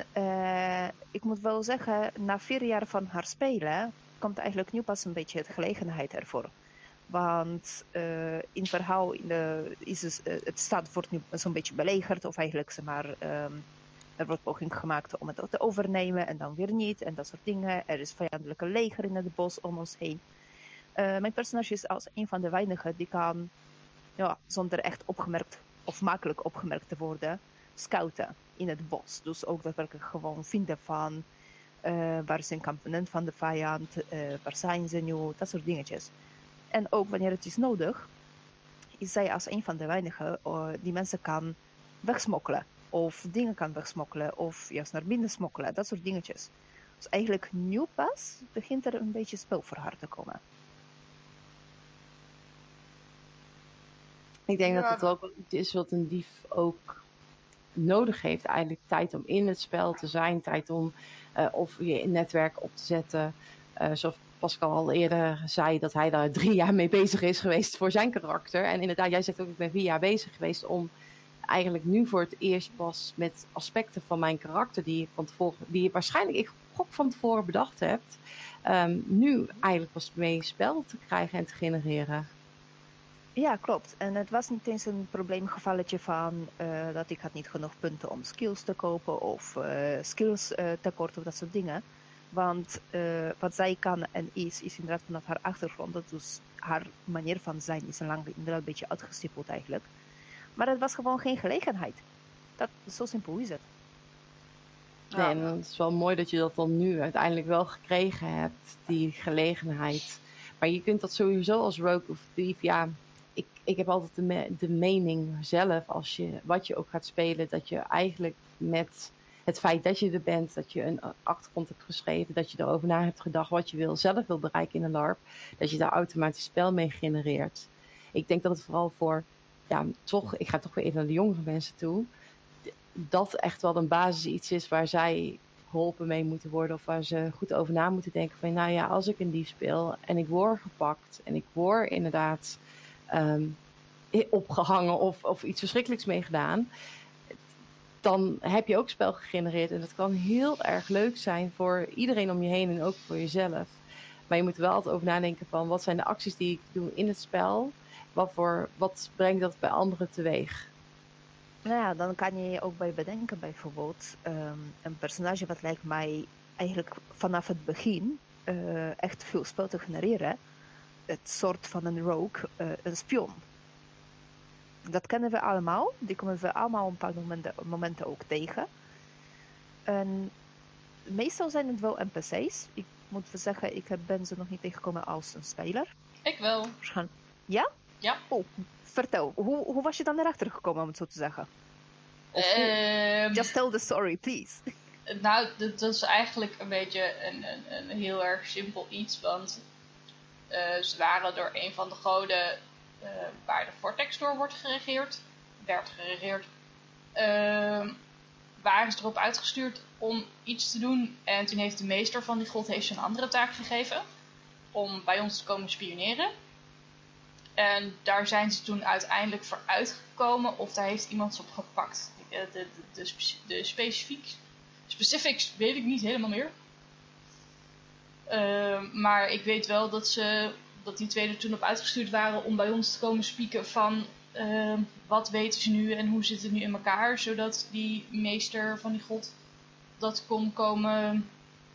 Speaker 2: ik moet wel zeggen, na 4 jaar van haar spelen, komt eigenlijk nu pas een beetje de gelegenheid ervoor. Want in het verhaal het stad wordt nu zo'n beetje belegerd, of eigenlijk zeg maar, er wordt poging gemaakt om het te overnemen en dan weer niet en dat soort dingen. Er is vijandelijke leger in het bos om ons heen. Mijn personage is als een van de weinigen die kan, ja, zonder echt opgemerkt of makkelijk opgemerkt te worden, scouten in het bos. Dus ook daadwerkelijk gewoon vinden van waar is een kampement van de vijand, waar zijn ze nu, dat soort dingetjes. En ook wanneer het is nodig, is zij als een van de weinigen die mensen kan wegsmokkelen. Of dingen kan wegsmokkelen, of juist naar binnen smokkelen, dat soort dingetjes. Dus eigenlijk nu pas begint er een beetje spel voor haar te komen.
Speaker 3: Ik denk dat het ook iets is wat een dief ook nodig heeft. Eigenlijk tijd om in het spel te zijn. Tijd om of je netwerk op te zetten. Zoals Pascal al eerder zei dat hij daar 3 jaar mee bezig is geweest voor zijn karakter. En inderdaad, jij zegt ook, ik ben 4 jaar bezig geweest om eigenlijk nu voor het eerst pas met aspecten van mijn karakter die waarschijnlijk ik gok van tevoren bedacht hebt, nu eigenlijk pas mee spel te krijgen en te genereren.
Speaker 2: Ja, klopt. En het was niet eens een probleemgevalletje van dat ik had niet genoeg punten om skills te kopen of skills tekort of dat soort dingen. Want wat zij kan en is inderdaad vanaf haar achtergrond. Dus haar manier van zijn is inderdaad een beetje uitgestippeld eigenlijk. Maar het was gewoon geen gelegenheid. Zo simpel is het.
Speaker 3: Nee, en het is wel mooi dat je dat dan nu uiteindelijk wel gekregen hebt, die gelegenheid. Maar je kunt dat sowieso als Rogue of Thief, ja, ik heb altijd de mening zelf, wat je ook gaat spelen, dat je eigenlijk met het feit dat je er bent, dat je een achtergrond hebt geschreven, dat je erover na hebt gedacht wat je zelf wil bereiken in een LARP, dat je daar automatisch spel mee genereert. Ik denk dat het vooral voor, ja, ik ga toch weer even naar de jongere mensen toe, dat echt wel een basis iets is waar zij geholpen mee moeten worden of waar ze goed over na moeten denken van, nou ja, als ik een dief speel en ik word gepakt en ik word inderdaad opgehangen of iets verschrikkelijks mee gedaan, dan heb je ook spel gegenereerd en dat kan heel erg leuk zijn voor iedereen om je heen en ook voor jezelf. Maar je moet er wel altijd over nadenken van, wat zijn de acties die ik doe in het spel? Wat brengt dat bij anderen teweeg?
Speaker 2: Nou ja, dan kan je je ook bij bedenken bijvoorbeeld een personage wat lijkt mij eigenlijk vanaf het begin echt veel spel te genereren. Het soort van een rogue, een spion. Dat kennen we allemaal. Die komen we allemaal op een paar momenten ook tegen. En meestal zijn het wel NPC's. Ik moet wel zeggen, ik ben ze nog niet tegengekomen als een speler.
Speaker 1: Ik wel.
Speaker 2: Ja?
Speaker 1: Ja.
Speaker 2: Oh, vertel. Hoe was je dan erachter gekomen, om het zo te zeggen? Just tell the story, please.
Speaker 1: Nou, dat is eigenlijk een beetje een heel erg simpel iets. Want ze waren door een van de goden waar de Vortex door werd geregeerd. Waren ze erop uitgestuurd om iets te doen. En toen heeft de meester van die god een andere taak gegeven. Om bij ons te komen spioneren. En daar zijn ze toen uiteindelijk voor uitgekomen. Of daar heeft iemand ze op gepakt. De specifics weet ik niet helemaal meer. Maar ik weet wel dat die twee er toen op uitgestuurd waren om bij ons te komen spieken van wat weten ze nu en hoe zit het nu in elkaar. Zodat die meester van die god dat kon komen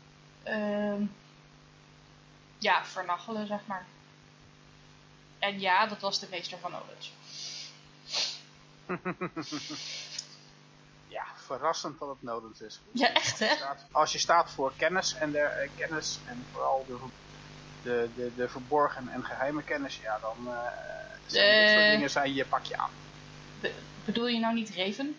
Speaker 1: vernachelen, zeg maar. En ja, dat was de meester van Knowledge.
Speaker 4: Ja, verrassend dat het nodig is.
Speaker 1: Ja, echt hè?
Speaker 4: Als je staat voor kennis en vooral de verborgen en geheime kennis, ja, dan zijn dit soort dingen zijn je pakje aan.
Speaker 1: Bedoel je nou niet Raven?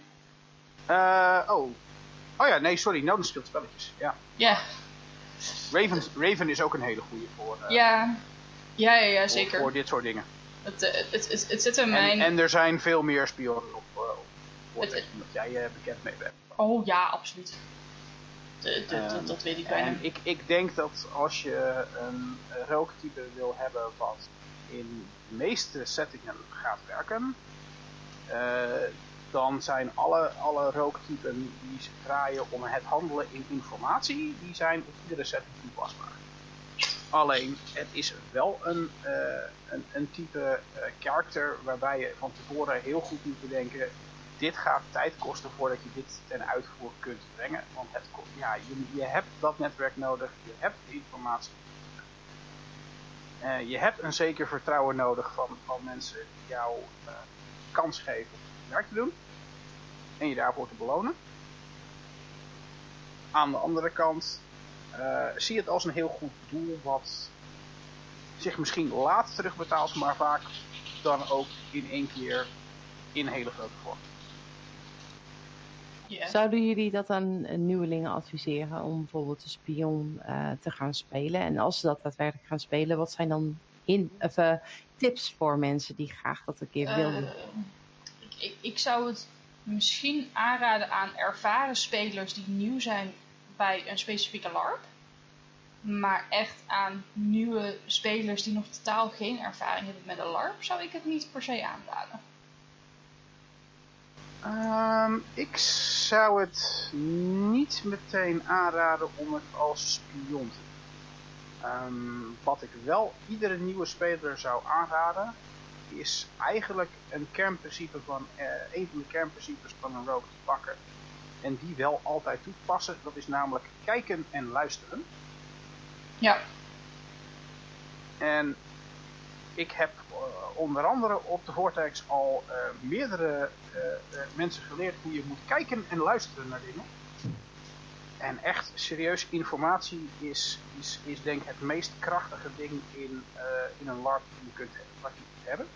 Speaker 4: Oh ja, nee, sorry, Noden speelt spelletjes, ja.
Speaker 1: Ja.
Speaker 4: Raven is ook een hele goeie voor...
Speaker 1: Ja, zeker.
Speaker 4: Voor dit soort dingen.
Speaker 1: Het zit in mijn...
Speaker 4: En er zijn veel meer spionnen op Vortex, omdat jij bekend mee bent.
Speaker 1: Oh ja, absoluut. Dat weet ik bijna.
Speaker 4: En ik denk dat als je een rooktype wil hebben wat in de meeste settingen gaat werken, dan zijn alle rooktypen die ze draaien om het handelen in informatie, die zijn op iedere setting toepasbaar. Alleen, het is wel een type karakter waarbij je van tevoren heel goed moet bedenken, dit gaat tijd kosten voordat je dit ten uitvoer kunt brengen. Want je hebt dat netwerk nodig, je hebt de informatie nodig. Je hebt een zeker vertrouwen nodig van mensen die jou kans geven om het werk te doen. En je daarvoor te belonen. Aan de andere kant zie het als een heel goed doel wat zich misschien laat terugbetaalt, maar vaak dan ook in één keer in hele grote vorm.
Speaker 1: Yeah.
Speaker 3: Zouden jullie dat aan nieuwelingen adviseren om bijvoorbeeld de spion te gaan spelen? En als ze dat daadwerkelijk gaan spelen, wat zijn dan tips voor mensen die graag dat een keer willen?
Speaker 1: Ik zou het misschien aanraden aan ervaren spelers die nieuw zijn bij een specifieke LARP. Maar echt aan nieuwe spelers die nog totaal geen ervaring hebben met een LARP, zou ik het niet per se aanraden.
Speaker 4: Ik zou het niet meteen aanraden om het als spion te doen. Wat ik wel iedere nieuwe speler zou aanraden, is eigenlijk een kernprincipe een van de kernprincipes van een rogue te pakken. En die wel altijd toepassen. Dat is namelijk kijken en luisteren.
Speaker 1: Ja.
Speaker 4: En ik heb onder andere op de Vortex al meerdere mensen geleerd hoe je moet kijken en luisteren naar dingen. En echt serieus, informatie is denk ik het meest krachtige ding in een LARP wat je kunt hebben.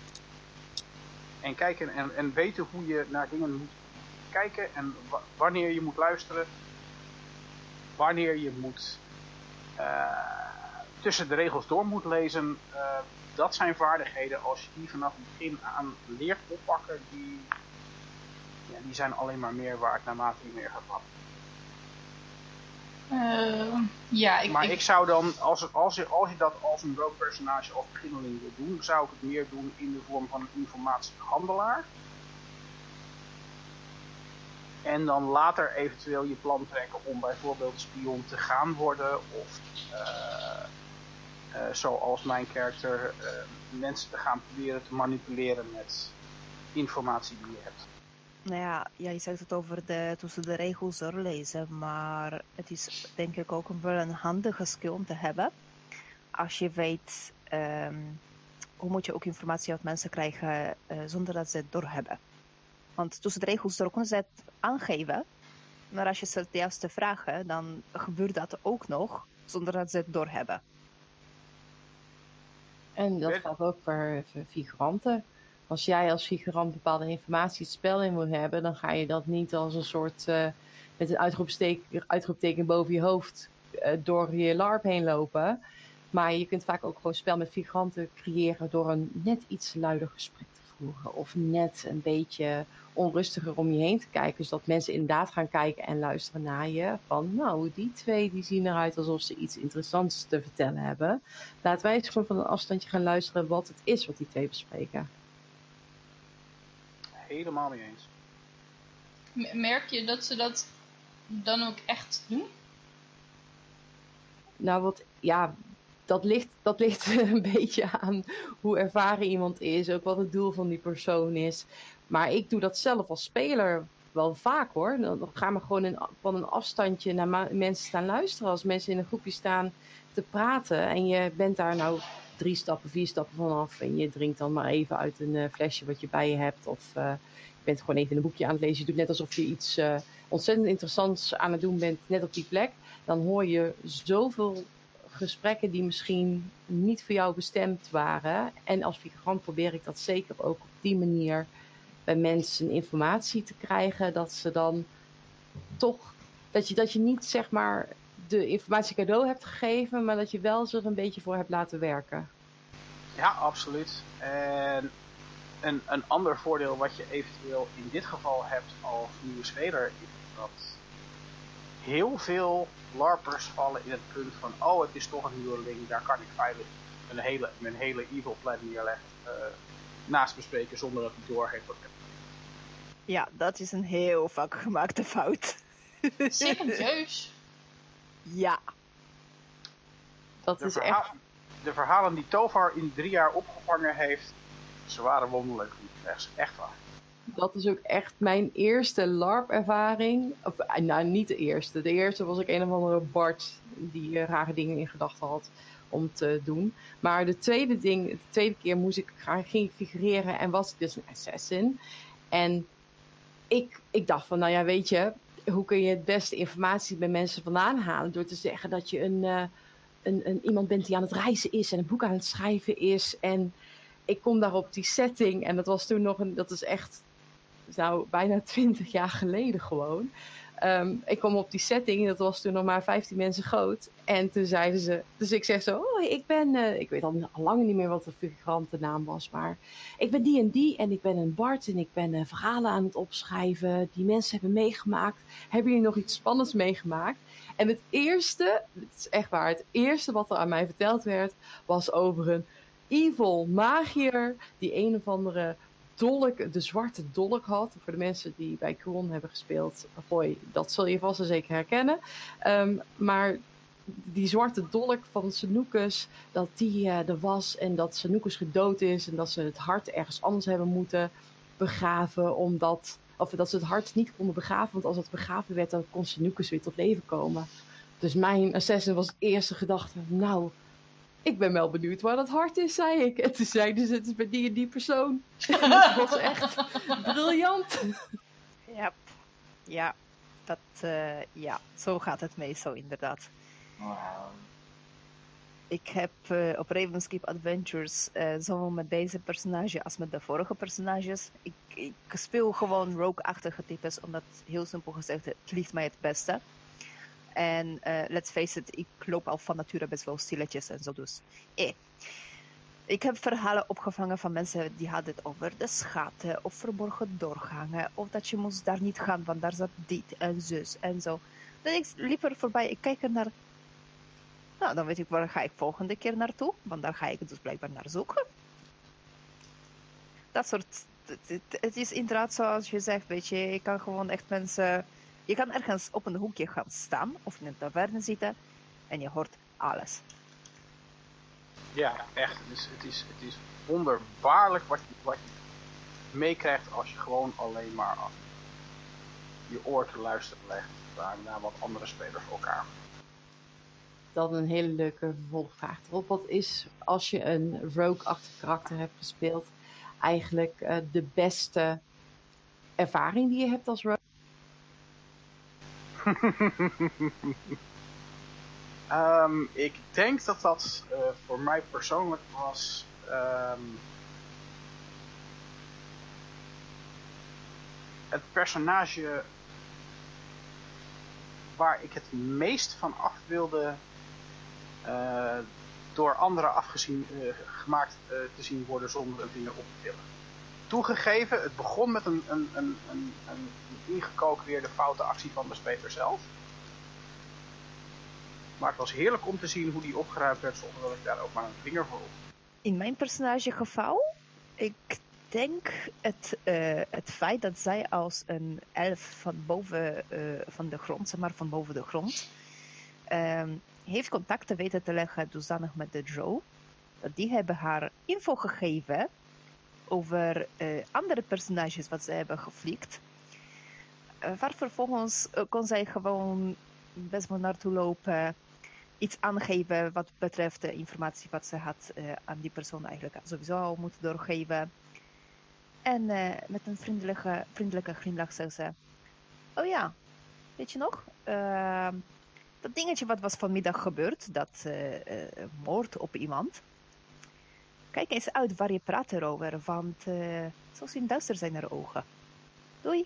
Speaker 4: En kijken en weten hoe je naar dingen moet kijken en wanneer je moet luisteren. Wanneer je moet tussen de regels door moet lezen. Dat zijn vaardigheden, als je die vanaf het begin aan leert oppakken, die zijn alleen maar meer waard naarmate je meer gaat lappen.
Speaker 1: Ik
Speaker 4: zou dan, als je dat als een rogue personage als beginneling wil doen, zou ik het meer doen in de vorm van een informatiehandelaar. En dan later eventueel je plan trekken om bijvoorbeeld spion te gaan worden of zoals mijn karakter mensen te gaan proberen te manipuleren met informatie die je hebt.
Speaker 2: Nou ja, je zegt het over tussen de regels doorlezen, maar het is denk ik ook wel een handige skill om te hebben. Als je weet hoe moet je ook informatie uit mensen krijgen zonder dat ze het doorhebben. Want tussen de regels door kunnen ze het aangeven, maar als je stelt de juiste vragen, dan gebeurt dat ook nog zonder dat ze het doorhebben.
Speaker 3: En dat geldt ook voor figuranten. Als jij als figurant bepaalde informatie het spel in moet hebben, dan ga je dat niet als een soort met een uitroepteken boven je hoofd door je LARP heen lopen. Maar je kunt vaak ook gewoon spel met figuranten creëren door een net iets luider gesprek te voeren. Of net een beetje onrustiger om je heen te kijken. Zodat mensen inderdaad gaan kijken en luisteren naar je. Van nou, die twee die zien eruit alsof ze iets interessants te vertellen hebben. Laten wij eens gewoon van een afstandje gaan luisteren wat het is wat die twee bespreken.
Speaker 4: Helemaal mee eens.
Speaker 1: Merk je dat ze dat dan ook echt doen?
Speaker 3: Nou, dat ligt een beetje aan hoe ervaren iemand is. Ook wat het doel van die persoon is. Maar ik doe dat zelf als speler wel vaak hoor. Dan gaan we gewoon van een afstandje naar mensen staan luisteren. Als mensen in een groepje staan te praten. En je bent daar nou 3 stappen, 4 stappen vanaf. En je drinkt dan maar even uit een flesje wat je bij je hebt. Of je bent gewoon even een boekje aan het lezen. Je doet net alsof je iets ontzettend interessants aan het doen bent. Net op die plek. Dan hoor je zoveel gesprekken die misschien niet voor jou bestemd waren. En als figurant probeer ik dat zeker ook op die manier bij mensen informatie te krijgen. Dat ze dan toch, dat je niet zeg maar de informatie cadeau hebt gegeven, maar dat je wel ze er een beetje voor hebt laten werken.
Speaker 4: Ja, absoluut. En een ander voordeel wat je eventueel in dit geval hebt als nieuwe speler, is dat heel veel LARPers vallen in het punt van, oh, het is toch een nieuweling, daar kan ik veilig mijn hele evil plan neerleggen, naast bespreken zonder dat hij doorheeft wat ik heb.
Speaker 2: Ja, dat is een heel vaak gemaakte fout.
Speaker 1: Serieus?
Speaker 2: Ja.
Speaker 3: Dat is echt...
Speaker 4: De verhalen die Tovar in 3 jaar opgevangen heeft, ze waren wonderlijk. Echt waar.
Speaker 3: Dat is ook echt mijn eerste LARP-ervaring. Nou, niet de eerste. De eerste was ik een of andere Bart die rare dingen in gedachten had om te doen. Maar de tweede keer ging ik figureren en was ik dus een assassin. En ik dacht van, nou ja, weet je, hoe kun je het beste informatie bij mensen vandaan halen? Door te zeggen dat je iemand bent die aan het reizen is en een boek aan het schrijven is. En ik kom daar op die setting en dat was toen dat is echt bijna 20 jaar geleden gewoon. Ik kwam op die setting en dat was toen nog maar 15 mensen groot. En toen zeiden ze, dus ik zeg zo, ik weet al lang niet meer wat de figurantennaam was, maar ik ben die en ik ben een Bart en ik ben verhalen aan het opschrijven die mensen hebben meegemaakt. Hebben jullie nog iets spannends meegemaakt? En het is echt waar, het eerste wat er aan mij verteld werd, was over een evil magier die een of andere dolk, de zwarte dolk had. Voor de mensen die bij Kron hebben gespeeld, dat zul je vast en zeker herkennen. Maar die zwarte dolk van Senoekes, dat die er was en dat Senoekes gedood is en dat ze het hart ergens anders hebben moeten begraven, of dat ze het hart niet konden begraven, want als het begraven werd, dan kon Senoekes weer tot leven komen. Dus mijn assassin was de eerste gedachte, nou, ik ben wel benieuwd waar dat hart is, zei ik. En toen zeiden ze, het is bij die en die persoon. En dat was echt briljant.
Speaker 2: Ja, zo gaat het meestal inderdaad.
Speaker 1: Wauw.
Speaker 2: Ik heb op Ravenskeep Adventures zowel met deze personage als met de vorige personages. Ik speel gewoon rogue-achtige types, omdat heel simpel gezegd, het ligt mij het beste. En let's face it, ik loop al van nature best wel stilletjes en zo dus. Ik heb verhalen opgevangen van mensen die hadden het over de schatten of verborgen doorgangen. Of dat je moest daar niet gaan, want daar zat dit en zus en zo. Dan ik liep er voorbij, ik kijk er naar. Nou, dan weet ik waar ga ik volgende keer naartoe. Want daar ga ik dus blijkbaar naar zoeken. Dat soort. Het is inderdaad zoals je zegt, weet je. Je kan gewoon echt mensen. Je kan ergens op een hoekje gaan staan. Of in een taverne zitten. En je hoort alles.
Speaker 4: Ja, echt. Het is wonderbaarlijk wat je meekrijgt als je gewoon alleen maar je oor te luisteren legt naar wat andere spelers voor elkaar.
Speaker 3: Dan een hele leuke vervolgvraag erop. Wat is, als je een rogue-achtig karakter hebt gespeeld, eigenlijk de beste ervaring die je hebt als rogue?
Speaker 4: Ik denk dat voor mij persoonlijk was het personage waar ik het meest van af wilde door anderen gemaakt te zien worden zonder een vinger op te tillen. Toegegeven, het begon met een ingecalculeerde foute actie van de speler zelf. Maar het was heerlijk om te zien hoe die opgeruimd werd zonder dat ik daar ook maar een vinger voor op.
Speaker 2: In mijn personagegeval, ik denk het feit dat zij als een elf van boven van de grond, zeg maar van boven de grond, heeft contacten weten te leggen dusdanig met de Drow. Dat die hebben haar info gegeven over andere personages wat ze hebben geflikt. Waar vervolgens kon zij gewoon best wel naartoe lopen, iets aangeven wat betreft de informatie wat ze had aan die persoon eigenlijk sowieso al moeten doorgeven. En met een vriendelijke glimlach zei ze, oh ja, weet je nog? Dat dingetje wat was vanmiddag gebeurd, dat moord op iemand. Kijk eens uit waar je praat erover, want zo zien duister zijn haar ogen. Doei.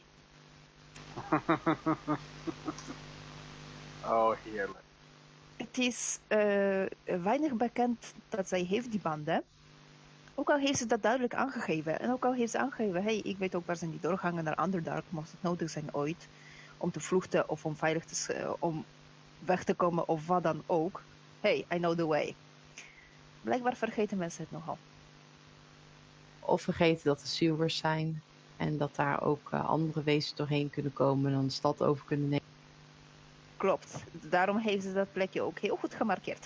Speaker 4: Oh, heerlijk.
Speaker 2: Het is weinig bekend dat zij heeft die banden. Ook al heeft ze dat duidelijk aangegeven. En ook al heeft ze aangegeven, hey, ik weet ook waar zijn die doorgangen naar Underdark, mocht het nodig zijn ooit. Om te vluchten of om veilig om weg te komen of wat dan ook. Hey, I know the way. Blijkbaar vergeten mensen het nogal.
Speaker 3: Of vergeten dat er sewers zijn. En dat daar ook andere wezens doorheen kunnen komen en dan de stad over kunnen nemen.
Speaker 2: Klopt. Daarom heeft ze dat plekje ook heel goed gemarkeerd.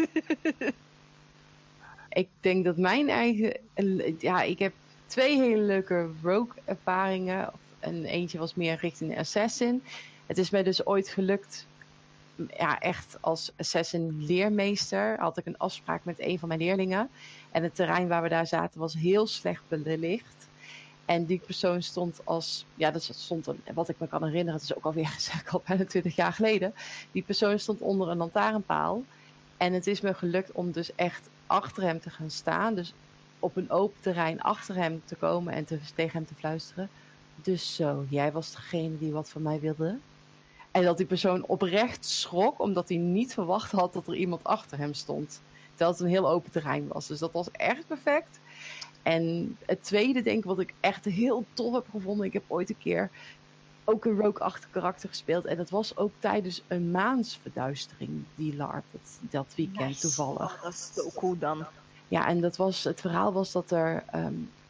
Speaker 3: Ik denk dat mijn eigen... Ja, ik heb 2 hele leuke rogue ervaringen. En eentje was meer richting assassin. Het is mij dus ooit gelukt... Ja, echt als assassin leermeester had ik een afspraak met een van mijn leerlingen. En het terrein waar we daar zaten was heel slecht belicht. En die persoon stond als... Ja, dat stond wat ik me kan herinneren. Het is ook alweer gezegd al bijna 20 jaar geleden. Die persoon stond onder een lantaarnpaal. En het is me gelukt om dus echt achter hem te gaan staan. Dus op een open terrein achter hem te komen en tegen hem te fluisteren. Dus zo, jij was degene die wat van mij wilde. En dat die persoon oprecht schrok, omdat hij niet verwacht had dat er iemand achter hem stond. Terwijl het een heel open terrein was. Dus dat was echt perfect. En het tweede, denk ik, wat ik echt heel tof heb gevonden. Ik heb ooit een keer ook een rogue-achtig karakter gespeeld. En dat was ook tijdens een maansverduistering, die LARP, dat weekend toevallig.
Speaker 2: Oh, dat is zo cool dan.
Speaker 3: Ja, en het verhaal was dat er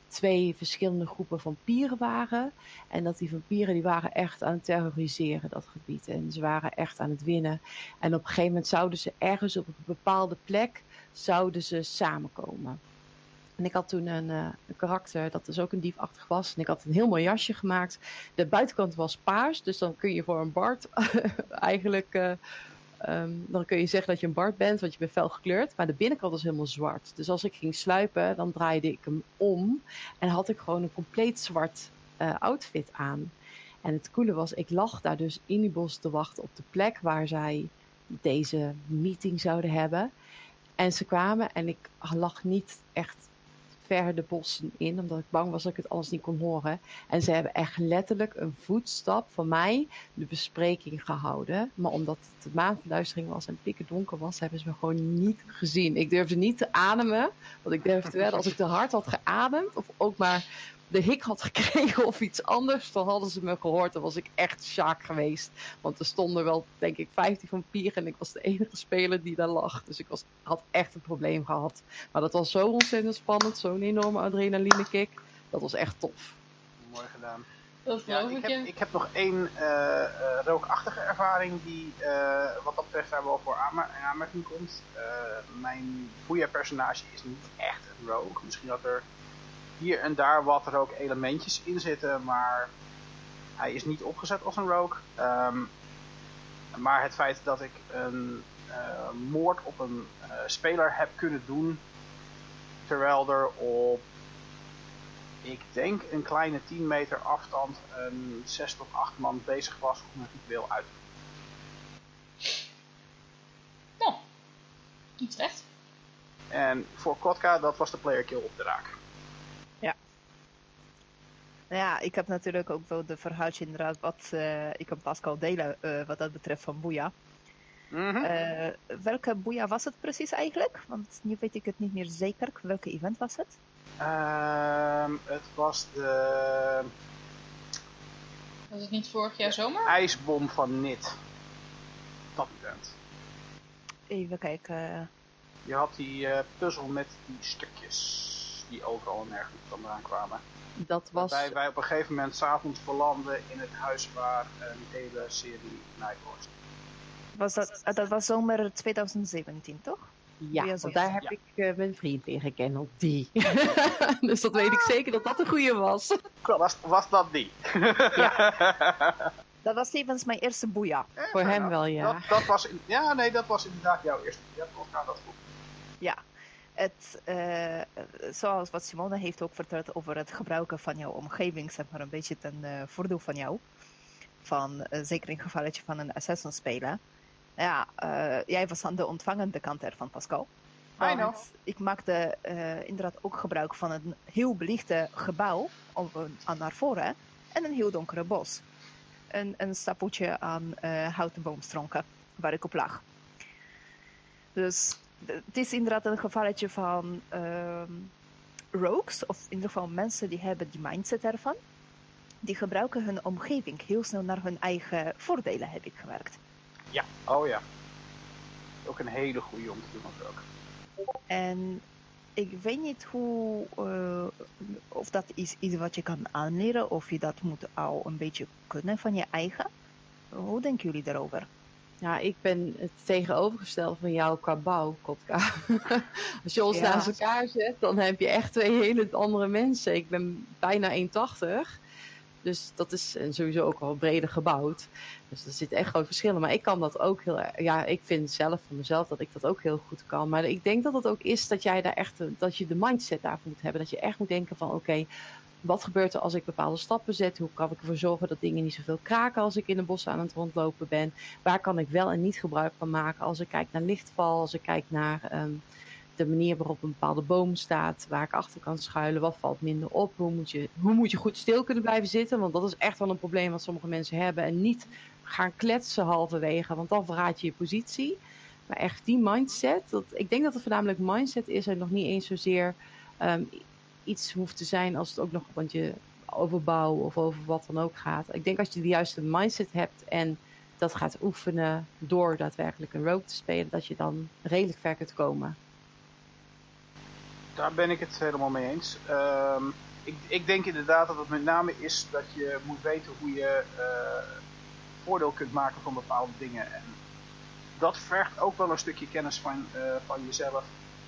Speaker 3: 2 verschillende groepen vampieren waren. En dat die vampieren die waren echt aan het terroriseren, dat gebied. En ze waren echt aan het winnen. En op een gegeven moment zouden ze ergens op een bepaalde plek zouden ze samenkomen. En ik had toen een karakter dat dus ook een diefachtig was. En ik had een heel mooi jasje gemaakt. De buitenkant was paars, dus dan kun je voor een bard eigenlijk... dan kun je zeggen dat je een bard bent, want je bent fel gekleurd. Maar de binnenkant was helemaal zwart. Dus als ik ging sluipen, dan draaide ik hem om. En had ik gewoon een compleet zwart outfit aan. En het coole was, ik lag daar dus in die bos te wachten op de plek waar zij deze meeting zouden hebben. En ze kwamen en ik lag niet echt ver de bossen in, omdat ik bang was dat ik het alles niet kon horen. En ze hebben echt letterlijk een voetstap van mij de bespreking gehouden. Maar omdat het de maanverduistering was en pikken donker was, hebben ze me gewoon niet gezien. Ik durfde niet te ademen, want ik durfde wel, als ik te hard had geademd, of ook maar de hik had gekregen of iets anders, dan hadden ze me gehoord. Dan was ik echt sjaak geweest. Want er stonden wel, denk ik, 15 vampieren en ik was de enige speler die daar lag. Dus ik had echt een probleem gehad. Maar dat was zo ontzettend spannend, zo'n enorme adrenaline kick. Dat was echt tof.
Speaker 4: Mooi gedaan.
Speaker 1: Dat geloof
Speaker 4: Ik heb nog één rookachtige ervaring die wat dat betreft daar wel voor in aanmerking komt. Mijn Booyah-personage is niet echt een rogue. Misschien dat er hier en daar wat rook-elementjes in zitten, maar hij is niet opgezet als een rogue. Maar het feit dat ik een moord op een speler heb kunnen doen, terwijl er op, ik denk, een kleine 10 meter afstand een 6 tot 8 man bezig was om het ritueel uit te voeren.
Speaker 1: Nou, niet slecht.
Speaker 4: En voor Kotka, dat was de player kill op de raak.
Speaker 2: Nou ja, ik heb natuurlijk ook wel de verhaaltje inderdaad wat ik kan Pascal delen wat dat betreft van Booyah. Welke Booyah was het precies eigenlijk? Want nu weet ik het niet meer zeker. Welke event was het?
Speaker 4: Het was de...
Speaker 1: Was het niet vorig jaar zomer?
Speaker 4: ijsbom van NIT. Dat event.
Speaker 2: Even kijken.
Speaker 4: Je had die puzzel met die stukjes die overal en nergens vandaan kwamen.
Speaker 3: Dat was...
Speaker 4: Waarbij wij op een gegeven moment 's avonds belanden in het huis waar een hele serie Nightwatch.
Speaker 2: Dat was zomer 2017, toch?
Speaker 3: Ja,
Speaker 2: Ja,
Speaker 3: want daar heb ik mijn vriend in gekend, die. Dus dat weet ik zeker dat dat een goeie was.
Speaker 4: Was dat die?
Speaker 2: Ja. Dat was tevens mijn eerste Booyah.
Speaker 3: Voor hem wel, ja.
Speaker 4: Dat was inderdaad jouw eerste. Ja, dat goed.
Speaker 2: Ja. Zoals wat Simone heeft ook verteld over het gebruiken van jouw omgeving, zeg maar een beetje ten voordeel van jou. Zeker in het gevalletje van een assassin spelen. Ja, jij was aan de ontvangende kant ervan, Pascal. Want ik maakte inderdaad ook gebruik van een heel belichte gebouw naar voren en een heel donkere bos. Een stapeltje aan houten boomstronken waar ik op lag. Dus het is inderdaad een gevalletje van rogues, of in ieder geval mensen die hebben die mindset ervan. Die gebruiken hun omgeving heel snel naar hun eigen voordelen, heb ik gewerkt.
Speaker 4: Ja, oh ja. Ook een hele goede om te doen als ook.
Speaker 2: En ik weet niet of dat is iets wat je kan aanleren, of je dat moet al een beetje kunnen van je eigen. Hoe denken jullie daarover?
Speaker 3: Ja, ik ben het tegenovergestelde van jou qua bouw, Kotka. Als je ons naast elkaar zet, dan heb je echt 2 hele andere mensen. Ik ben bijna 1,80. Dus dat is sowieso ook wel breder gebouwd. Dus er zitten echt grote verschillen. Maar ik kan dat ook heel erg. Ja, ik vind zelf van mezelf dat ik dat ook heel goed kan. Maar ik denk dat het ook is dat jij daar echt, dat je de mindset daarvoor moet hebben. Dat je echt moet denken van oké, wat gebeurt er als ik bepaalde stappen zet? Hoe kan ik ervoor zorgen dat dingen niet zoveel kraken als ik in de bossen aan het rondlopen ben? Waar kan ik wel en niet gebruik van maken als ik kijk naar lichtval, als ik kijk naar de manier waarop een bepaalde boom staat, waar ik achter kan schuilen, wat valt minder op? Hoe moet je goed stil kunnen blijven zitten? Want dat is echt wel een probleem wat sommige mensen hebben. En niet gaan kletsen halverwege, want dan verraad je je positie. Maar echt die mindset, ik denk dat het voornamelijk mindset is en nog niet eens zozeer iets hoeft te zijn als het ook nog want je over bouw of over wat dan ook gaat. Ik denk als je de juiste mindset hebt en dat gaat oefenen door daadwerkelijk een rogue te spelen, dat je dan redelijk ver kunt komen.
Speaker 4: Daar ben ik het helemaal mee eens. ik denk inderdaad dat het met name is dat je moet weten hoe je voordeel kunt maken van bepaalde dingen. En dat vergt ook wel een stukje kennis van jezelf.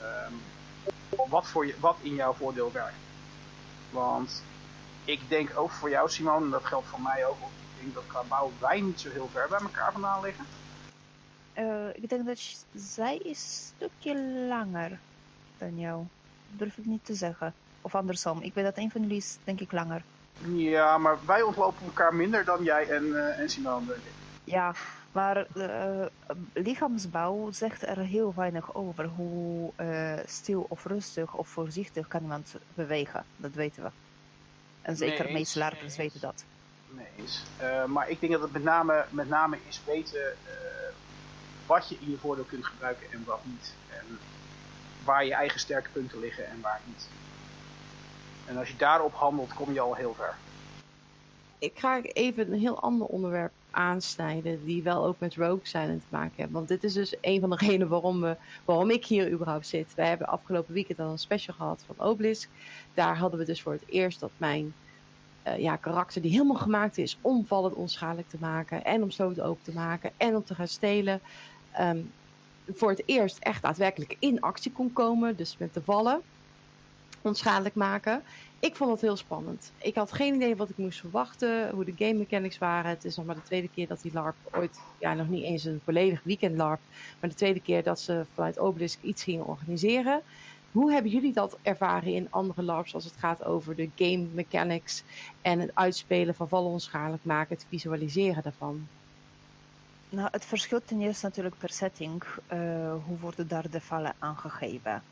Speaker 4: Wat in jouw voordeel werkt. Want ik denk ook voor jou, Simone, en dat geldt voor mij ook. Ik denk dat qua bouw wij niet zo heel ver bij elkaar vandaan liggen.
Speaker 2: Ik denk dat zij is een stukje langer dan jou. Durf ik niet te zeggen. Of andersom. Ik weet dat een van jullie is, denk ik, langer.
Speaker 4: Ja, maar wij ontlopen elkaar minder dan jij en Simone, denk ik.
Speaker 2: Ja, maar lichaamsbouw zegt er heel weinig over. Hoe stil of rustig of voorzichtig kan iemand bewegen. Dat weten we. En zeker de meeste larpers weten dat.
Speaker 4: Nee eens. Maar ik denk dat het met name is weten wat je in je voordeel kunt gebruiken en wat niet. En waar je eigen sterke punten liggen en waar niet. En als je daarop handelt, kom je al heel ver.
Speaker 3: Ik ga even een heel ander onderwerp aansnijden, die wel ook met Rogue Silent te maken heeft. Want dit is dus een van de redenen waarom ik hier überhaupt zit. Wij hebben afgelopen weekend al een special gehad van Obelisk. Daar hadden we dus voor het eerst dat mijn karakter die helemaal gemaakt is om vallend onschadelijk te maken en om sloten open te maken en om te gaan stelen, voor het eerst echt daadwerkelijk in actie kon komen. Dus met de vallen onschadelijk maken. Ik vond het heel spannend. Ik had geen idee wat ik moest verwachten, hoe de game mechanics waren. Het is nog maar de tweede keer dat die LARP ooit, nog niet eens een volledig weekend LARP, maar de tweede keer dat ze vanuit Obelisk iets gingen organiseren. Hoe hebben jullie dat ervaren in andere LARPs als het gaat over de game mechanics en het uitspelen van vallen onschadelijk maken, het visualiseren daarvan?
Speaker 2: Nou, het verschilt ten eerste natuurlijk per setting. Hoe worden daar de vallen aangegeven?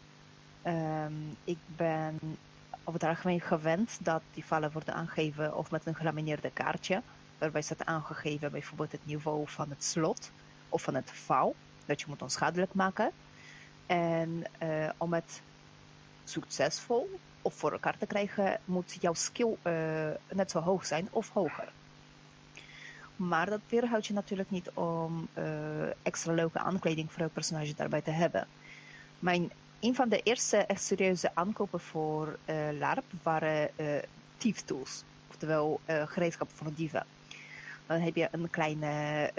Speaker 2: Ik ben over het algemeen gewend dat die vallen worden aangegeven of met een gelamineerde kaartje. Waarbij staat aangegeven bijvoorbeeld het niveau van het slot of van het vouw. Dat je moet onschadelijk maken. En om het succesvol of voor elkaar te krijgen, moet jouw skill net zo hoog zijn of hoger. Maar dat weerhoudt je natuurlijk niet om extra leuke aankleding voor je personage daarbij te hebben. Een van de eerste echt serieuze aankopen voor LARP waren thief tools. Oftewel gereedschap voor dieven. Dan heb je een kleine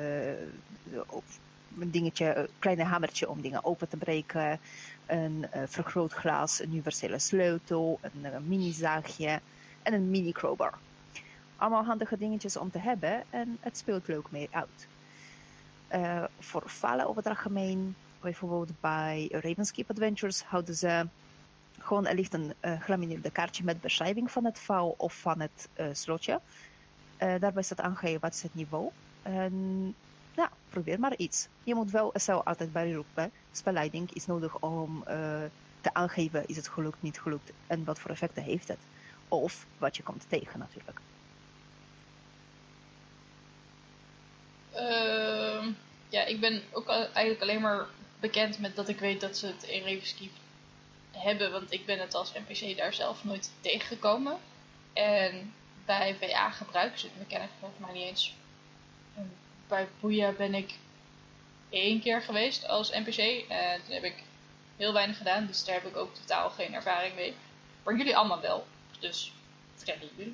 Speaker 2: kleine hamertje om dingen open te breken. Een vergrootglas, een universele sleutel, een mini-zaagje en een mini-crowbar. Allemaal handige dingetjes om te hebben en het speelt leuk mee uit. Voor vallen over het algemeen, bijvoorbeeld bij Ravenskeep Adventures, houden ze gewoon licht een gelamineerde kaartje met beschrijving van het vouw of van het slotje. Daarbij staat aangegeven wat is het niveau. En probeer maar iets. Je moet wel SL altijd bij roepen. Spelleiding is nodig om te aangeven is het gelukt, niet gelukt en wat voor effecten heeft het. Of wat je komt tegen natuurlijk.
Speaker 1: Ik ben ook eigenlijk alleen maar bekend met dat ik weet dat ze het in Ravenskeep hebben, want ik ben het als NPC daar zelf nooit tegengekomen. En bij VA gebruiken ze het mechanic volgens mij niet eens. En bij Boeia ben ik 1 keer geweest als NPC en toen heb ik heel weinig gedaan, dus daar heb ik ook totaal geen ervaring mee. Maar jullie allemaal wel, dus vertellen jullie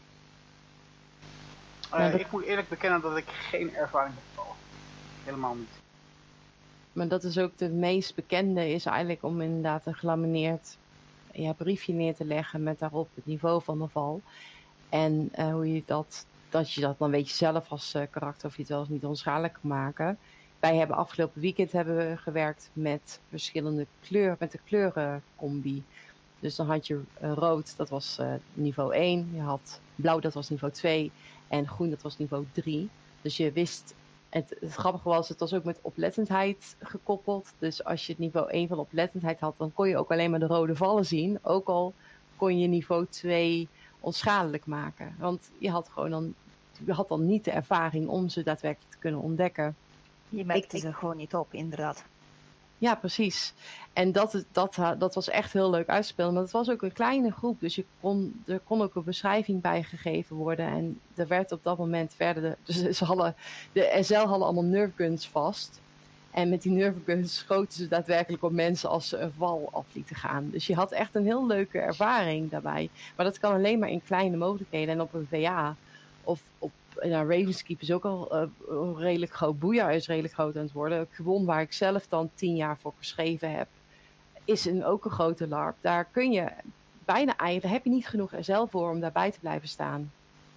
Speaker 1: maar.
Speaker 4: Ik moet eerlijk bekennen dat ik geen ervaring heb gevallen. Helemaal niet.
Speaker 3: Maar dat is ook de meest bekende, is eigenlijk om inderdaad een gelamineerd briefje neer te leggen met daarop het niveau van de val. En hoe je dan weet je zelf als karakter of je het wel of niet onschadelijk kan maken. Wij hebben afgelopen weekend gewerkt met verschillende kleuren, met de kleurencombi. Dus dan had je rood, dat was niveau 1. Je had blauw, dat was niveau 2. En groen, dat was niveau 3. Dus je wist, het grappige was, het was ook met oplettendheid gekoppeld. Dus als je het niveau 1 van oplettendheid had, dan kon je ook alleen maar de rode vallen zien. Ook al kon je niveau 2 onschadelijk maken. Want je had dan niet de ervaring om ze daadwerkelijk te kunnen ontdekken.
Speaker 2: Je merkte ze gewoon niet op, inderdaad.
Speaker 3: Ja, precies. En dat was echt heel leuk uitspelen. Maar het was ook een kleine groep. Dus er kon ook een beschrijving bij gegeven worden. En er werd op dat moment de SL hadden allemaal nerfguns vast. En met die nerveguns schoten ze daadwerkelijk op mensen als ze een val af lieten gaan. Dus je had echt een heel leuke ervaring daarbij. Maar dat kan alleen maar in kleine mogelijkheden. En op een VA of op Ravenskeep is ook al redelijk groot. Booyah is redelijk groot aan het worden. Kwon, waar ik zelf dan 10 jaar voor geschreven heb, is ook een grote LARP. Daar kun je bijna eigenlijk, heb je niet genoeg er zelf voor om daarbij te blijven staan.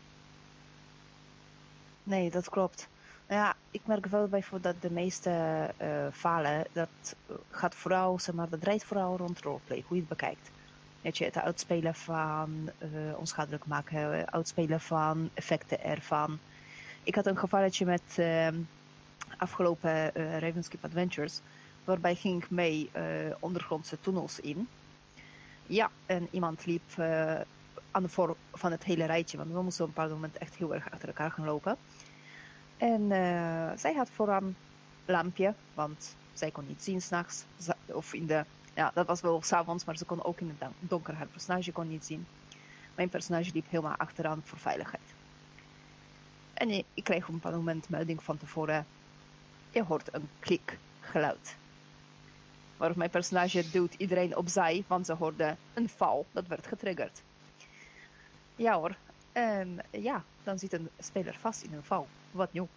Speaker 2: Nee, dat klopt. Ja, ik merk wel bijvoorbeeld dat de meeste falen, dat gaat vooral, zeg maar, dat draait vooral rond roleplay, hoe je het bekijkt. Weet je, het uitspelen van onschadelijk maken, uitspelen van effecten ervan. Ik had een gevalletje met afgelopen Ravenskeep Adventures, waarbij ging ik mee ondergrondse tunnels in. Ja, en iemand liep aan de voor van het hele rijtje, want we moesten op een bepaald moment echt heel erg achter elkaar gaan lopen. En zij had vooraan lampje, want zij kon niet zien s'nachts. Of in de, ja, dat was wel 's avonds, maar ze kon ook in het donker. Haar personage kon niet zien. Mijn personage liep helemaal achteraan voor veiligheid. En ik kreeg op een bepaald moment melding van tevoren. Je hoort een klikgeluid. Waarop mijn personage duwt iedereen opzij, want ze hoorde een val. Dat werd getriggerd. Ja hoor. En ja, dan zit een speler vast in een val. Wat nieuw.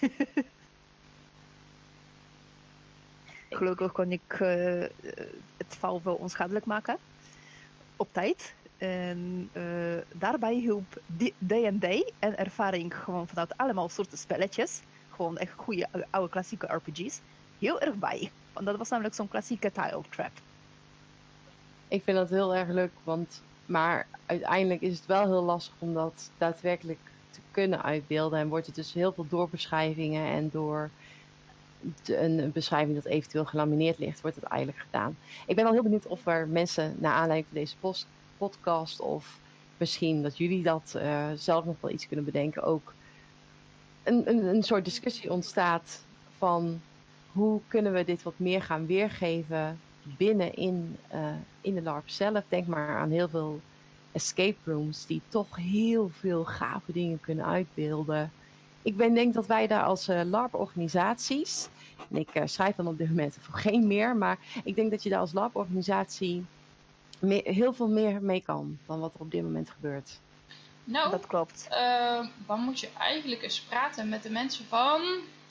Speaker 2: Gelukkig kon ik het val wel onschadelijk maken. Op tijd. En daarbij hielp D&D en ervaring gewoon vanuit allemaal soorten spelletjes. Gewoon echt goede oude klassieke RPG's. Heel erg bij. Want dat was namelijk zo'n klassieke tile trap.
Speaker 3: Ik vind dat heel erg leuk, maar uiteindelijk is het wel heel lastig om dat daadwerkelijk te kunnen uitbeelden. En wordt het dus heel veel doorbeschrijvingen en door een beschrijving dat eventueel gelamineerd ligt, wordt het eigenlijk gedaan. Ik ben al heel benieuwd of er mensen, naar aanleiding van deze podcast, of misschien dat jullie dat zelf nog wel iets kunnen bedenken, ook een soort discussie ontstaat van hoe kunnen we dit wat meer gaan weergeven binnen in de LARP zelf. Denk maar aan heel veel escape rooms die toch heel veel gave dingen kunnen uitbeelden. Ik denk dat wij daar als LARP-organisaties, en ik schrijf dan op dit moment voor geen meer, maar ik denk dat je daar als LARP-organisatie heel veel meer mee kan dan wat er op dit moment gebeurt.
Speaker 1: Nou,
Speaker 2: dat klopt.
Speaker 1: Dan moet je eigenlijk eens praten met de mensen van...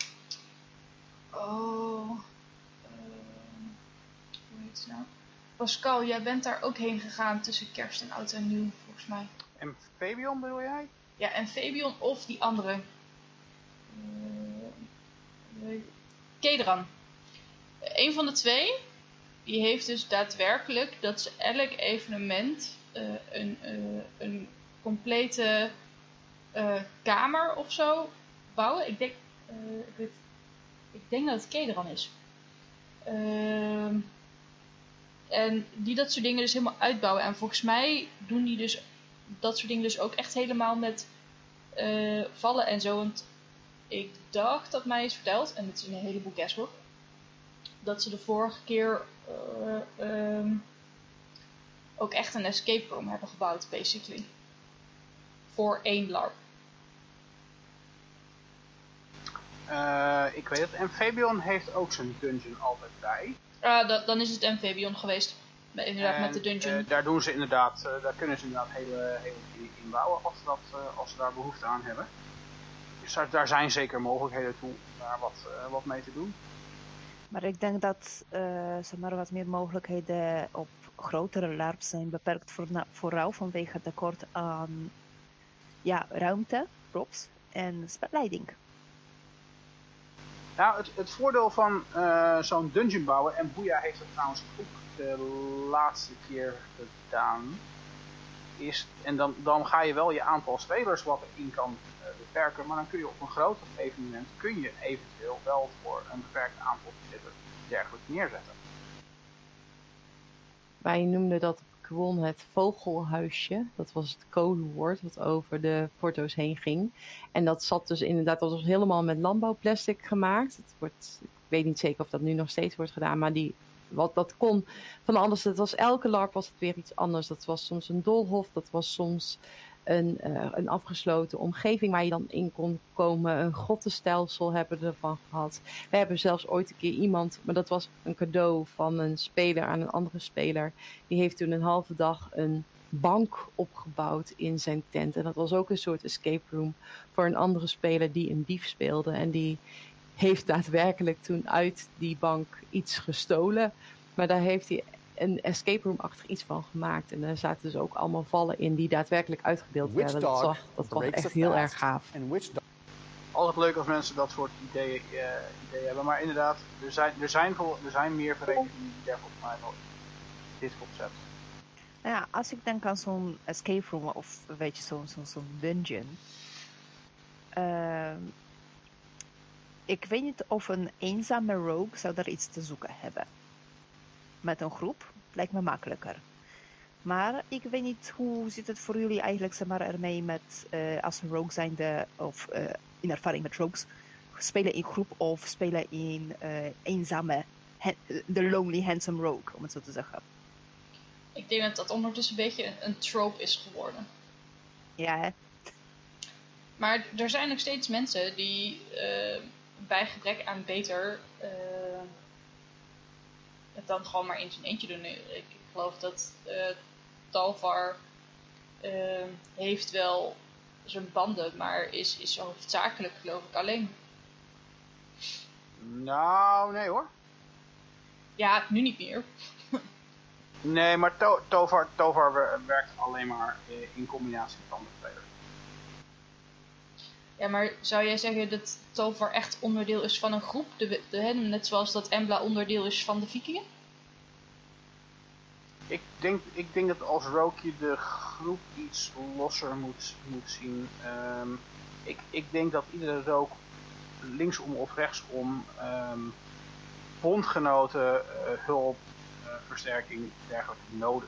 Speaker 1: hoe heet het nou? Pascal, jij bent daar ook heen gegaan tussen kerst en oud en nieuw, volgens mij.
Speaker 4: En Fabian bedoel jij?
Speaker 1: Ja, en Fabian of die andere. Kedran. Een van de twee, die heeft dus daadwerkelijk dat ze elk evenement een complete kamer of zo bouwen. Ik denk dat het Kedran is. En die dat soort dingen dus helemaal uitbouwen. En volgens mij doen die dus dat soort dingen dus ook echt helemaal met vallen en zo. Want ik dacht dat mij is verteld, en het is een heleboel guesswork, dat ze de vorige keer ook echt een escape room hebben gebouwd, basically. Voor 1 LARP.
Speaker 4: Ik weet het. En Fabian heeft ook zijn dungeon altijd bij.
Speaker 1: Dan is het Amphibion geweest. Inderdaad, met de dungeon.
Speaker 4: Daar doen ze inderdaad, daar kunnen ze inderdaad hele dingen in bouwen als ze daar behoefte aan hebben. Dus daar zijn zeker mogelijkheden toe om daar wat mee te doen.
Speaker 2: Maar ik denk dat zeg maar wat meer mogelijkheden op grotere LARPs zijn beperkt vooral vanwege het tekort aan ruimte, props en spelleiding.
Speaker 4: Nou, het voordeel van zo'n dungeon bouwen, en Booyah heeft het trouwens ook de laatste keer gedaan, is, en dan ga je wel je aantal spelers wat erin kan beperken, maar dan kun je op een groter evenement, kun je eventueel wel voor een beperkt aantal spelers dergelijk neerzetten.
Speaker 3: Wij noemden dat op Kwon het vogelhuisje. Dat was het codewoord wat over de porto's heen ging. En dat zat dus inderdaad, dat was helemaal met landbouwplastic gemaakt. Ik weet niet zeker of dat nu nog steeds wordt gedaan, maar dat kon van alles. Het was elke LARP was het weer iets anders. Dat was soms een doolhof, dat was soms een afgesloten omgeving waar je dan in kon komen. Een grottenstelsel hebben we ervan gehad. We hebben zelfs ooit een keer iemand, maar dat was een cadeau van een speler aan een andere speler. Die heeft toen een halve dag een bank opgebouwd in zijn tent. En dat was ook een soort escape room voor een andere speler die een dief speelde. En die heeft daadwerkelijk toen uit die bank iets gestolen. Maar daar heeft hij een escape room-achtig iets van gemaakt. En daar zaten dus ook allemaal vallen in die daadwerkelijk uitgebeeld werden. Dat was echt heel erg gaaf.
Speaker 4: Altijd leuk als mensen dat soort ideeën hebben. Maar inderdaad, er zijn meer verenigingen die daar volgens mij wel dit concept.
Speaker 2: Ja, als ik denk aan zo'n escape room of weet je, zo'n dungeon. Ik weet niet of een eenzame rogue zou daar iets te zoeken hebben. Met een groep lijkt me makkelijker. Maar ik weet niet, hoe zit het voor jullie eigenlijk zeg maar, ermee met als een rogue zijnde of in ervaring met rogues, spelen in groep of spelen in eenzame, de lonely handsome rogue, om het zo te zeggen.
Speaker 1: Ik denk dat dat ondertussen een beetje een trope is geworden.
Speaker 2: Ja, hè?
Speaker 1: Maar er zijn nog steeds mensen die bij gebrek aan beter het dan gewoon maar in zijn eentje doen. Ik geloof dat Talvar heeft wel zijn banden, maar is hoofdzakelijk geloof ik alleen.
Speaker 4: Nou, nee hoor.
Speaker 1: Ja, nu niet meer.
Speaker 4: Nee, maar Tovar werkt alleen maar in combinatie met andere spelers.
Speaker 1: Ja, maar zou jij zeggen dat Tovar echt onderdeel is van een groep? Net zoals dat Embla onderdeel is van de Vikingen?
Speaker 4: Ik denk dat als rogue je de groep iets losser moet zien. Ik denk dat iedere rogue linksom of rechtsom bondgenoten, hulp, versterking, dergelijke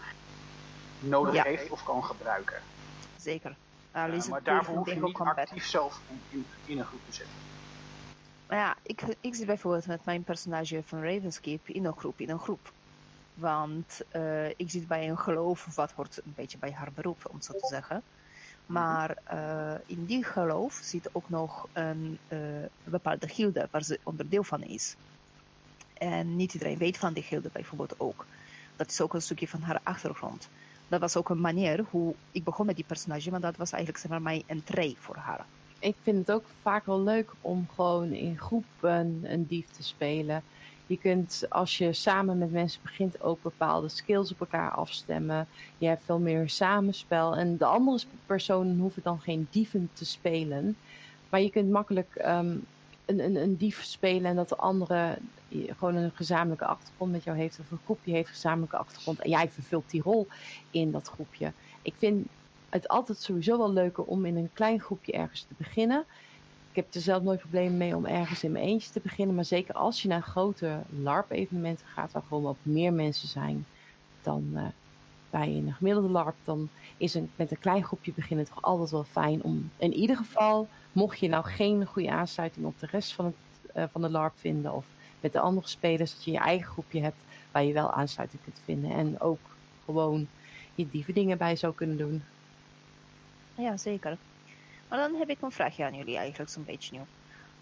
Speaker 4: nodig heeft of kan gebruiken.
Speaker 2: Zeker.
Speaker 4: Maar daarvoor hoef je niet actief zelf in een groep te zitten.
Speaker 2: Maar ja, ik zit bijvoorbeeld met mijn personage van Ravenskeep in een groep. Want ik zit bij een geloof, wat hoort een beetje bij haar beroep, om zo te zeggen. Maar in die geloof zit ook nog een bepaalde gilde waar ze onderdeel van is. En niet iedereen weet van die gilde bijvoorbeeld ook. Dat is ook een stukje van haar achtergrond. Dat was ook een manier hoe ik begon met die personage, maar dat was eigenlijk zeg maar mijn entree voor haar.
Speaker 3: Ik vind het ook vaak wel leuk om gewoon in groep een dief te spelen. Je kunt, als je samen met mensen begint, ook bepaalde skills op elkaar afstemmen. Je hebt veel meer samenspel. En de andere personen hoeven dan geen dieven te spelen. Maar je kunt makkelijk een dief spelen en dat de andere gewoon een gezamenlijke achtergrond met jou heeft. Of een groepje heeft een gezamenlijke achtergrond. En jij vervult die rol in dat groepje. Ik vind het altijd sowieso wel leuker om in een klein groepje ergens te beginnen. Ik heb er zelf nooit problemen mee om ergens in mijn eentje te beginnen. Maar zeker als je naar grote LARP-evenementen gaat, waar gewoon wat meer mensen zijn dan bij een gemiddelde LARP, dan is met een klein groepje beginnen toch altijd wel fijn om in ieder geval, mocht je nou geen goede aansluiting op de rest van de LARP vinden of met de andere spelers, dat je je eigen groepje hebt waar je wel aansluiting kunt vinden en ook gewoon je diepe dingen bij zou kunnen doen.
Speaker 2: Ja, zeker. Maar dan heb ik een vraagje aan jullie eigenlijk zo'n beetje nu.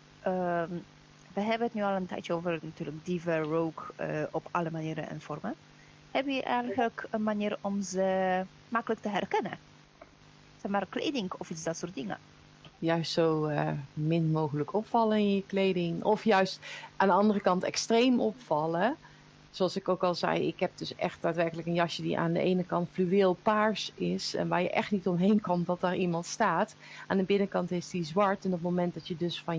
Speaker 2: We hebben het nu al een tijdje over natuurlijk dieven, rogue op alle manieren en vormen. Heb je eigenlijk een manier om ze makkelijk te herkennen? Zeg maar kleding of iets dat soort dingen.
Speaker 3: Juist zo min mogelijk opvallen in je kleding. Of juist aan de andere kant extreem opvallen. Zoals ik ook al zei, ik heb dus echt daadwerkelijk een jasje die aan de ene kant fluweel paars is. En waar je echt niet omheen kan dat daar iemand staat. Aan de binnenkant is die zwart. En op het moment dat je dus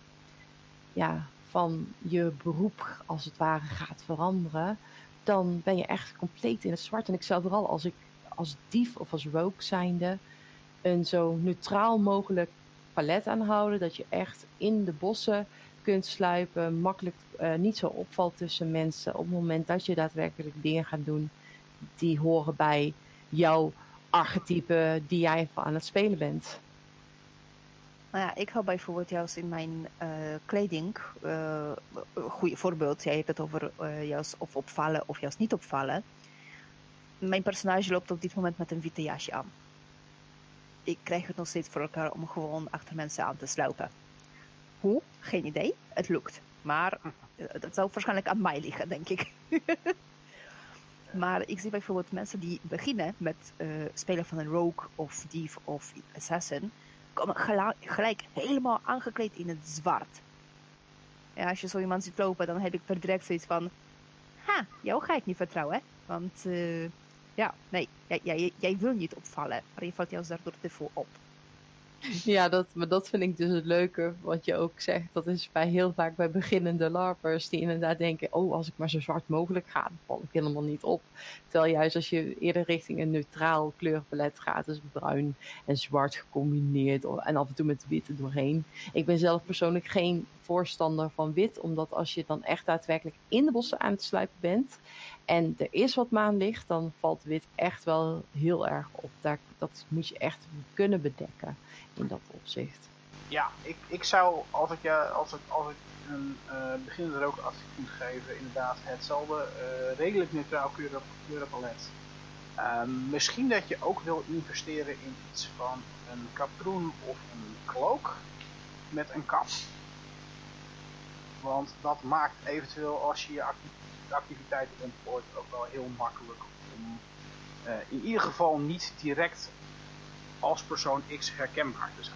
Speaker 3: van je beroep als het ware gaat veranderen. Dan ben je echt compleet in het zwart. En ik zou vooral als dief of als rogue zijnde een zo neutraal mogelijk palet aanhouden. Dat je echt in de bossen kunt sluipen. Makkelijk niet zo opvalt tussen mensen. Op het moment dat je daadwerkelijk dingen gaat doen die horen bij jouw archetype die jij aan het spelen bent.
Speaker 2: Nou ja, ik hou bijvoorbeeld juist in mijn kleding, een goed voorbeeld, jij hebt het over juist of opvallen of juist niet opvallen. Mijn personage loopt op dit moment met een witte jasje aan. ik krijg het nog steeds voor elkaar om gewoon achter mensen aan te sluipen. Hoe? Geen idee. Het lukt. Maar dat zou waarschijnlijk aan mij liggen, denk ik. Maar ik zie bijvoorbeeld mensen die beginnen met spelen van een rogue of dief of assassin, komen gelijk helemaal aangekleed in het zwart. Ja, als je zo iemand ziet lopen, dan heb ik per direct zoiets van, jou ga ik niet vertrouwen, hè? Want nee, jij wil niet opvallen, maar je valt juist daardoor te veel op.
Speaker 3: Ja, maar dat vind ik dus het leuke, wat je ook zegt. Dat is heel vaak bij beginnende larpers die inderdaad denken, als ik maar zo zwart mogelijk ga, dan val ik helemaal niet op. Terwijl juist als je eerder richting een neutraal kleurpalet gaat, dus bruin en zwart gecombineerd en af en toe met wit er doorheen. Ik ben zelf persoonlijk geen voorstander van wit, omdat als je dan echt daadwerkelijk in de bossen aan het sluipen bent en er is wat maanlicht, dan valt wit echt wel heel erg op. Dat moet je echt kunnen bedekken in dat opzicht.
Speaker 4: Ja, ik zou, als ik een beginnende roogadvies moet geven, inderdaad hetzelfde, redelijk neutraal kleurenpalet. Misschien dat je ook wil investeren in iets van een kaproen of een cloak met een kap. Want dat maakt eventueel, als je je activiteiten ontplooit, ook wel heel makkelijk om in ieder geval niet direct als persoon X herkenbaar te zijn.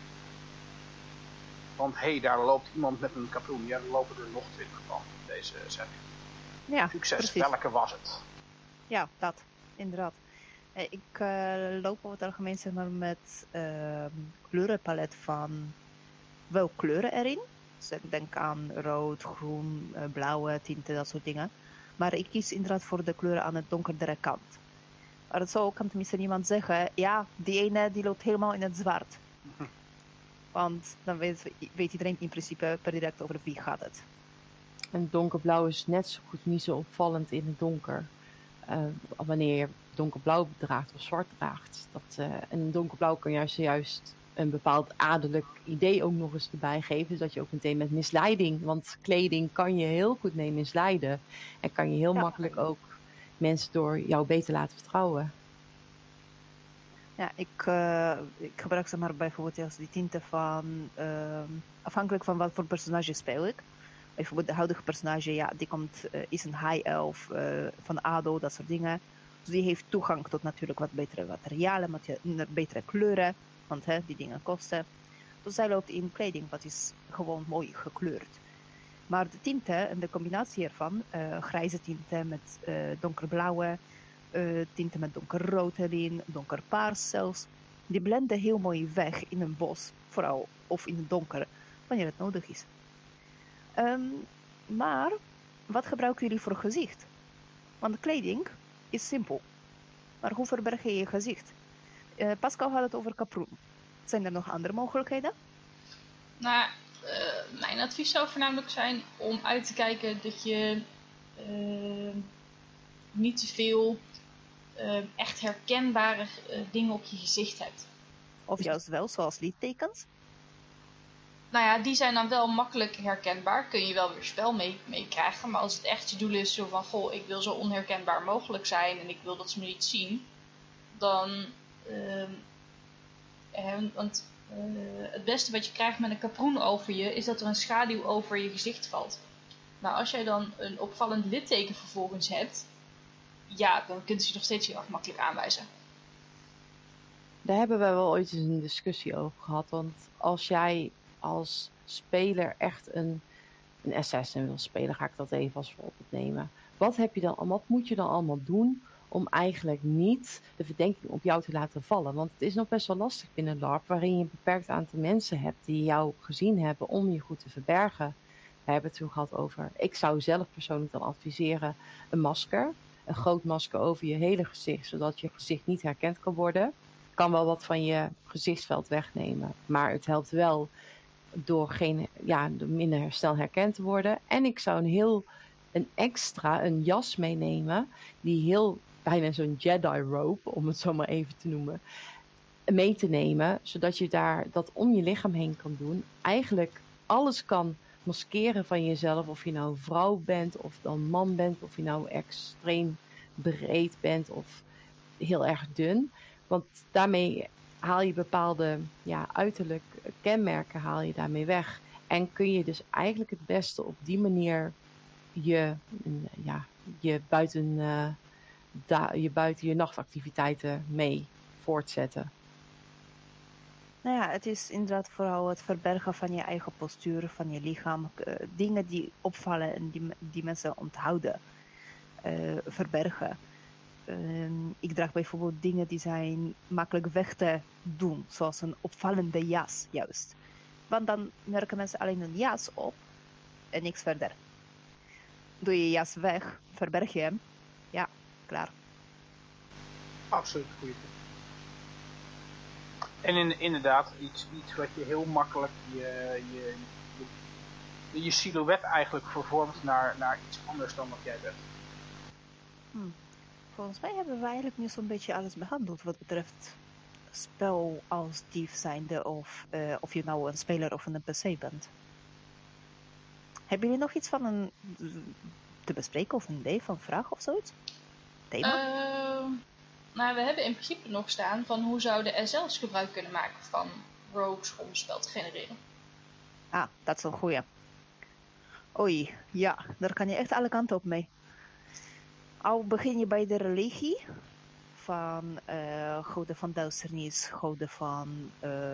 Speaker 4: Want daar loopt iemand met een kaproen. Ja, er lopen er nog 20 van in deze setting.
Speaker 2: Ja,
Speaker 4: succes,
Speaker 2: precies.
Speaker 4: welke was het?
Speaker 2: Ja, dat, inderdaad. Ik loop over het algemeen zeg maar, met kleurenpalet van wel kleuren erin. Dus ik denk aan rood, groen, blauwe tinten, dat soort dingen. Maar ik kies inderdaad voor de kleuren aan het donkerdere kant. Maar zo kan tenminste niemand zeggen, ja, die ene die loopt helemaal in het zwart. Want dan weet iedereen in principe per direct over wie gaat het.
Speaker 3: En donkerblauw is net zo goed niet zo opvallend in het donker. Wanneer je donkerblauw draagt of zwart draagt. En donkerblauw kan juist een bepaald adellijk idee ook nog eens erbij geven. Zodat je ook meteen met misleiding, want kleding kan je heel goed mee misleiden. En kan je heel makkelijk ook mensen door jou beter laten vertrouwen.
Speaker 2: Ja, ik gebruik zeg maar bijvoorbeeld die tinten van, afhankelijk van wat voor personage speel ik. Bijvoorbeeld de huidige personage, ja, die is een high elf van ADO, dat soort dingen. Dus die heeft toegang tot natuurlijk wat betere materialen, betere kleuren, want die dingen kosten. Dus zij loopt in kleding wat is gewoon mooi gekleurd. Maar de tinten en de combinatie ervan, grijze tinten met donkerblauwe, tinten met donkerrood erin, donkerpaars zelfs, die blenden heel mooi weg in een bos, vooral, of in het donker, wanneer het nodig is. Maar, wat gebruiken jullie voor gezicht? Want de kleding is simpel. Maar hoe verberg je je gezicht? Pascal had het over kaproen. Zijn er nog andere mogelijkheden?
Speaker 1: Nou, mijn advies zou voornamelijk zijn om uit te kijken dat je niet te veel echt herkenbare dingen op je gezicht hebt.
Speaker 2: Of juist wel, zoals liedtekens?
Speaker 1: Nou ja, die zijn dan wel makkelijk herkenbaar. Kun je wel weer spel mee krijgen. Maar als het echt je doel is zo van, goh, ik wil zo onherkenbaar mogelijk zijn en ik wil dat ze me niet zien. Dan, het beste wat je krijgt met een kaproen over je, is dat er een schaduw over je gezicht valt. Nou, als jij dan een opvallend litteken vervolgens hebt, ja, dan kunt je nog steeds heel erg makkelijk aanwijzen.
Speaker 3: Daar hebben we wel ooit eens een discussie over gehad. Want als jij als speler echt een assassin wil spelen, ga ik dat even als voorbeeld nemen. Wat moet je dan allemaal doen om eigenlijk niet de verdenking op jou te laten vallen? Want het is nog best wel lastig binnen LARP, waarin je een beperkt aantal mensen hebt die jou gezien hebben om je goed te verbergen. We hebben het toen gehad over, ik zou zelf persoonlijk dan adviseren, een masker. Een groot masker over je hele gezicht, zodat je gezicht niet herkend kan worden. Kan wel wat van je gezichtsveld wegnemen, maar het helpt wel door minder snel herkend te worden. En ik zou een jas meenemen, die heel, bijna zo'n Jedi robe, om het zo maar even te noemen, mee te nemen, zodat je daar dat om je lichaam heen kan doen. Eigenlijk alles kan maskeren van jezelf, of je nou vrouw bent, of dan man bent, of je nou extreem breed bent, of heel erg dun. Want daarmee haal je bepaalde uiterlijk kenmerken haal je daarmee weg. En kun je dus eigenlijk het beste op die manier je buiten je nachtactiviteiten mee voortzetten.
Speaker 2: Nou ja, het is inderdaad vooral het verbergen van je eigen postuur, van je lichaam. Dingen die opvallen en die mensen onthouden. Verbergen. Ik draag bijvoorbeeld dingen die zijn makkelijk weg te doen. Zoals een opvallende jas, juist. Want dan merken mensen alleen een jas op en niks verder. Doe je jas weg, verberg je hem. Ja, klaar.
Speaker 4: Absoluut goede tip. En inderdaad, iets wat je heel makkelijk je silhouet eigenlijk vervormt naar iets anders dan wat jij bent.
Speaker 2: Volgens mij hebben we eigenlijk nu zo'n beetje alles behandeld wat betreft spel als dief zijnde of je nou een speler of een NPC bent. Hebben jullie nog iets van te bespreken of een idee van vraag of zoiets? Thema?
Speaker 1: Nou, we hebben in principe nog staan van hoe zouden SL's gebruik kunnen maken van rogues om spel te genereren.
Speaker 2: Ah, dat is een goeie. Oei, ja, daar kan je echt alle kanten op mee. Al begin je bij de religie van goden van duisternis, goden van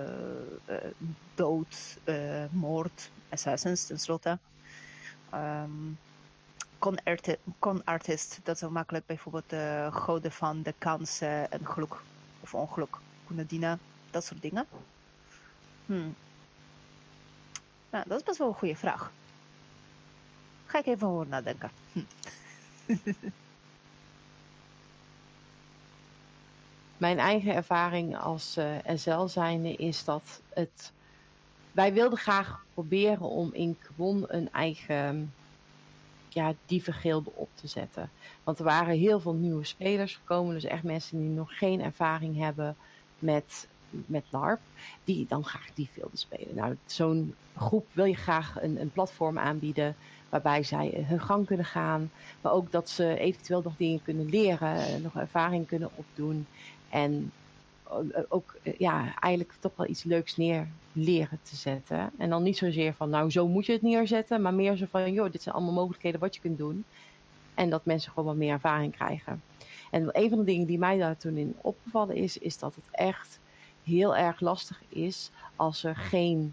Speaker 2: dood, moord, assassins tenslotte. Con artist, dat zou makkelijk bijvoorbeeld goden van de kansen en geluk of ongeluk kunnen dienen. Dat soort dingen. Nou, dat is best wel een goede vraag. Ga ik even over nadenken.
Speaker 3: Mijn eigen ervaring als SL zijnde is dat wij wilden graag proberen om in Kwon een eigen dievengilde op te zetten. Want er waren heel veel nieuwe spelers gekomen, dus echt mensen die nog geen ervaring hebben met LARP, die dan graag dief wilden spelen. Nou, zo'n groep wil je graag een platform aanbieden waarbij zij hun gang kunnen gaan, maar ook dat ze eventueel nog dingen kunnen leren, nog ervaring kunnen opdoen en ook eigenlijk toch wel iets leuks neer leren te zetten. En dan niet zozeer van, nou, zo moet je het neerzetten, maar meer zo van, joh, dit zijn allemaal mogelijkheden wat je kunt doen. En dat mensen gewoon wat meer ervaring krijgen. En een van de dingen die mij daar toen in opgevallen is dat het echt heel erg lastig is als er geen,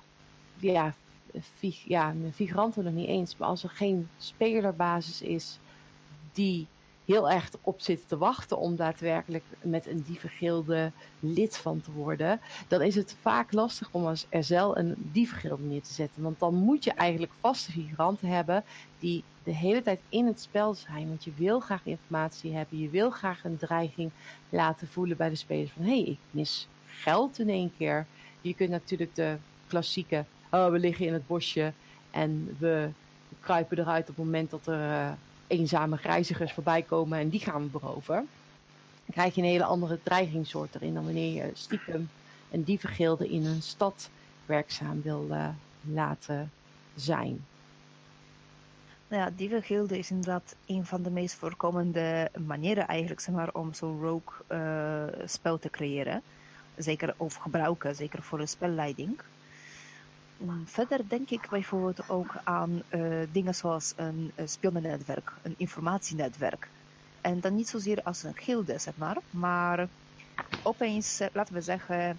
Speaker 3: figuranten nog niet eens, maar als er geen spelerbasis is die heel erg op zit te wachten om daadwerkelijk met een dievengilde lid van te worden, dan is het vaak lastig om als SL een dievengilde neer te zetten. Want dan moet je eigenlijk vaste figuranten hebben die de hele tijd in het spel zijn. Want je wil graag informatie hebben, je wil graag een dreiging laten voelen bij de spelers van hé, ik mis geld in één keer. Je kunt natuurlijk de klassieke, we liggen in het bosje en we kruipen eruit op het moment dat er eenzame reizigers voorbij komen en die gaan we beroven. Dan krijg je een hele andere dreigingssoort erin dan wanneer je stiekem een dievengilde in een stad werkzaam wil laten zijn.
Speaker 2: Nou ja, dievengilde is inderdaad een van de meest voorkomende manieren eigenlijk, zeg maar, om zo'n rogue spel te creëren. Zeker of gebruiken, zeker voor de spelleiding. Verder denk ik bijvoorbeeld ook aan dingen zoals een spionnennetwerk, een informatienetwerk. En dan niet zozeer als een gilde, zeg maar opeens, laten we zeggen,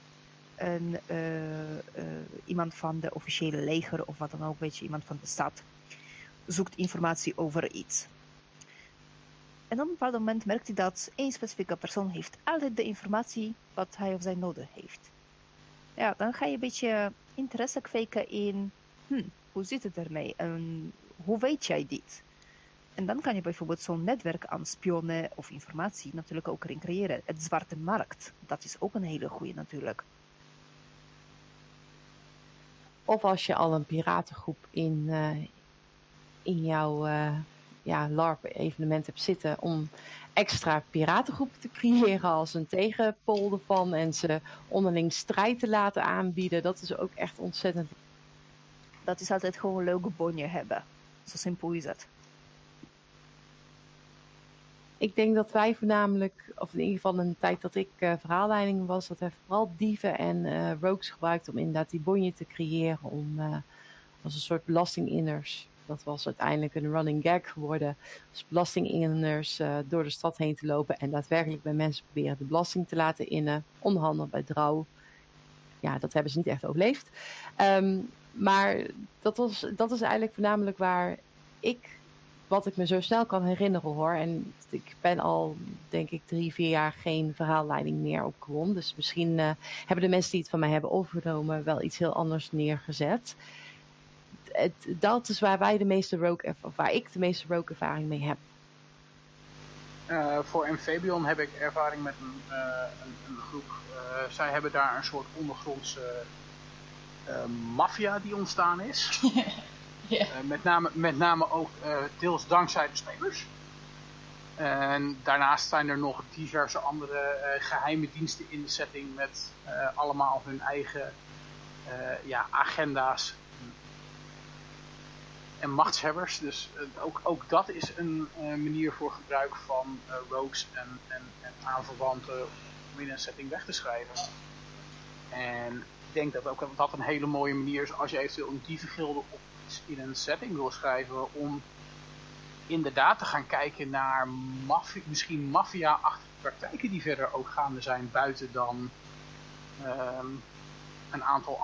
Speaker 2: iemand van de officiële leger of wat dan ook, weet je, iemand van de stad, zoekt informatie over iets. En op een bepaald moment merkt hij dat één specifieke persoon heeft altijd de informatie wat hij of zij nodig heeft. Ja, dan ga je een beetje interesse kweken in, hoe zit het ermee en hoe weet jij dit? En dan kan je bijvoorbeeld zo'n netwerk aan spionnen of informatie natuurlijk ook erin creëren. Het zwarte markt, dat is ook een hele goede natuurlijk.
Speaker 3: Of als je al een piratengroep in jouw LARP-evenement hebt zitten om extra piratengroepen te creëren als een tegenpol ervan en ze onderling strijd te laten aanbieden. Dat is ook echt ontzettend.
Speaker 2: Dat is altijd gewoon een leuke bonje hebben. Zo simpel is het.
Speaker 3: Ik denk dat wij voornamelijk, of in ieder geval in de tijd dat ik verhaalleiding was, dat wij vooral dieven en rogues gebruikten om inderdaad die bonje te creëren om als een soort belastinginners. Dat was uiteindelijk een running gag geworden. Als belastinginners door de stad heen te lopen en daadwerkelijk bij mensen proberen de belasting te laten innen. Onder andere bij Drouw. Ja, dat hebben ze niet echt overleefd. Maar dat is eigenlijk voornamelijk waar wat ik me zo snel kan herinneren hoor. En ik ben al, denk ik, 3-4 jaar geen verhaalleiding meer op Kwon. Dus misschien hebben de mensen die het van mij hebben overgenomen wel iets heel anders neergezet. Dat is waar wij waar ik de meeste rogue ervaring mee heb.
Speaker 4: Voor Amphibion heb ik ervaring met een groep. Zij hebben daar een soort ondergrondse maffia die ontstaan is. Yeah. Met name ook deels dankzij de spelers. En daarnaast zijn er nog diverse andere geheime diensten in de setting met allemaal hun eigen agenda's en machtshebbers. Dus ook dat is een manier voor gebruik van rogues en aanverwanten om in een setting weg te schrijven. En ik denk dat ook dat een hele mooie manier is als je eventueel een dievengilde in een setting wil schrijven om inderdaad te gaan kijken naar misschien maffia-achtige praktijken die verder ook gaande zijn buiten dan een aantal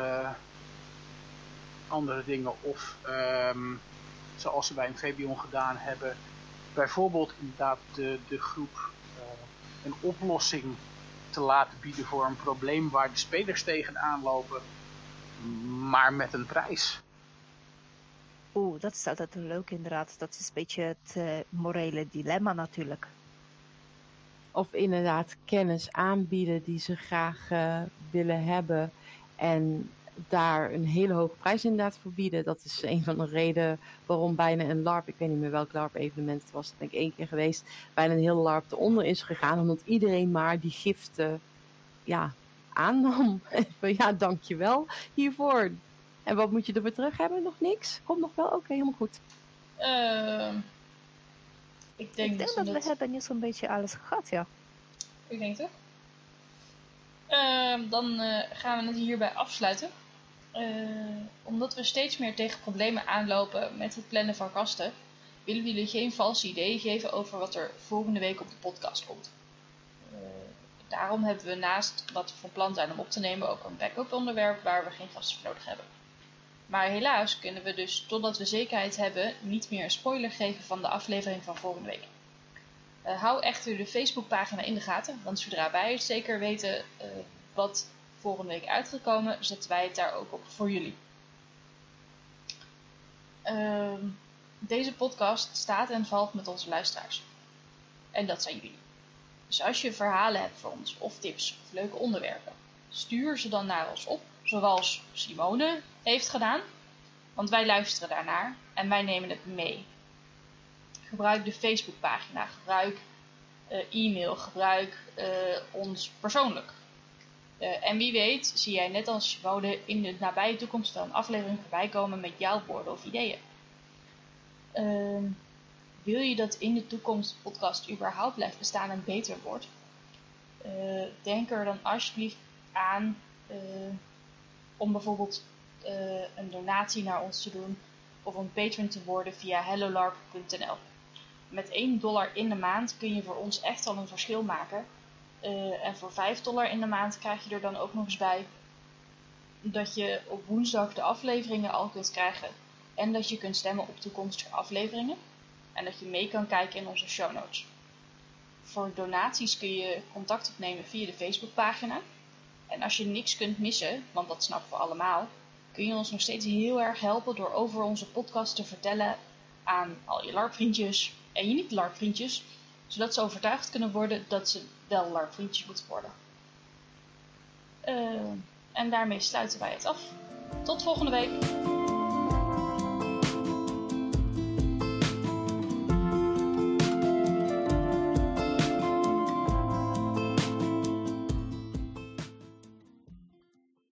Speaker 4: andere dingen. Of zoals ze bij Amphibion gedaan hebben, bijvoorbeeld inderdaad de groep een oplossing te laten bieden voor een probleem waar de spelers tegenaan lopen, maar met een prijs.
Speaker 2: Oeh, dat is altijd leuk inderdaad. Dat is een beetje het morele dilemma natuurlijk.
Speaker 3: Of inderdaad kennis aanbieden die ze graag willen hebben en daar een hele hoge prijs inderdaad voor bieden. Dat is een van de redenen waarom bijna een LARP, ik weet niet meer welk LARP-evenement het was, dat ben ik 1 keer geweest, bijna een heel LARP eronder is gegaan, omdat iedereen maar die giften aannam. Ja, dankjewel hiervoor. En wat moet je ervoor terug hebben? Nog niks? Komt nog wel? Oké, helemaal goed.
Speaker 2: Ik denk dat we hebben nu zo'n beetje alles gehad, ja.
Speaker 1: Ik denk het ook. Dan gaan we het hierbij afsluiten. Omdat we steeds meer tegen problemen aanlopen met het plannen van gasten, willen we jullie geen valse ideeën geven over wat er volgende week op de podcast komt. Daarom hebben we naast wat we van plan zijn om op te nemen ook een backup onderwerp waar we geen gasten voor nodig hebben. Maar helaas kunnen we dus, totdat we zekerheid hebben, niet meer een spoiler geven van de aflevering van volgende week. Hou echter de Facebookpagina in de gaten, want zodra wij het zeker weten wat volgende week uitgekomen, zetten wij het daar ook op voor jullie. Deze podcast staat en valt met onze luisteraars. En dat zijn jullie. Dus als je verhalen hebt voor ons, of tips, of leuke onderwerpen, stuur ze dan naar ons op, zoals Simone heeft gedaan. Want wij luisteren daarnaar en wij nemen het mee. Gebruik de Facebookpagina, gebruik e-mail, gebruik ons persoonlijk. En wie weet zie jij net als Simone in de nabije toekomst wel een aflevering voorbij komen met jouw woorden of ideeën. Wil je dat in de toekomst de podcast überhaupt blijft bestaan en beter wordt? Denk er dan alsjeblieft aan om bijvoorbeeld een donatie naar ons te doen of een patron te worden via hellolarp.nl. Met $1 in de maand kun je voor ons echt al een verschil maken. En voor $5 in de maand krijg je er dan ook nog eens bij dat je op woensdag de afleveringen al kunt krijgen. En dat je kunt stemmen op toekomstige afleveringen. En dat je mee kan kijken in onze show notes. Voor donaties kun je contact opnemen via de Facebookpagina. En als je niks kunt missen, want dat snappen we allemaal, kun je ons nog steeds heel erg helpen door over onze podcast te vertellen aan al je LARP-vriendjes en je niet-LARP-vriendjes, zodat ze overtuigd kunnen worden dat ze wel LARP-vriendjes moeten worden. En daarmee sluiten wij het af. Tot volgende week!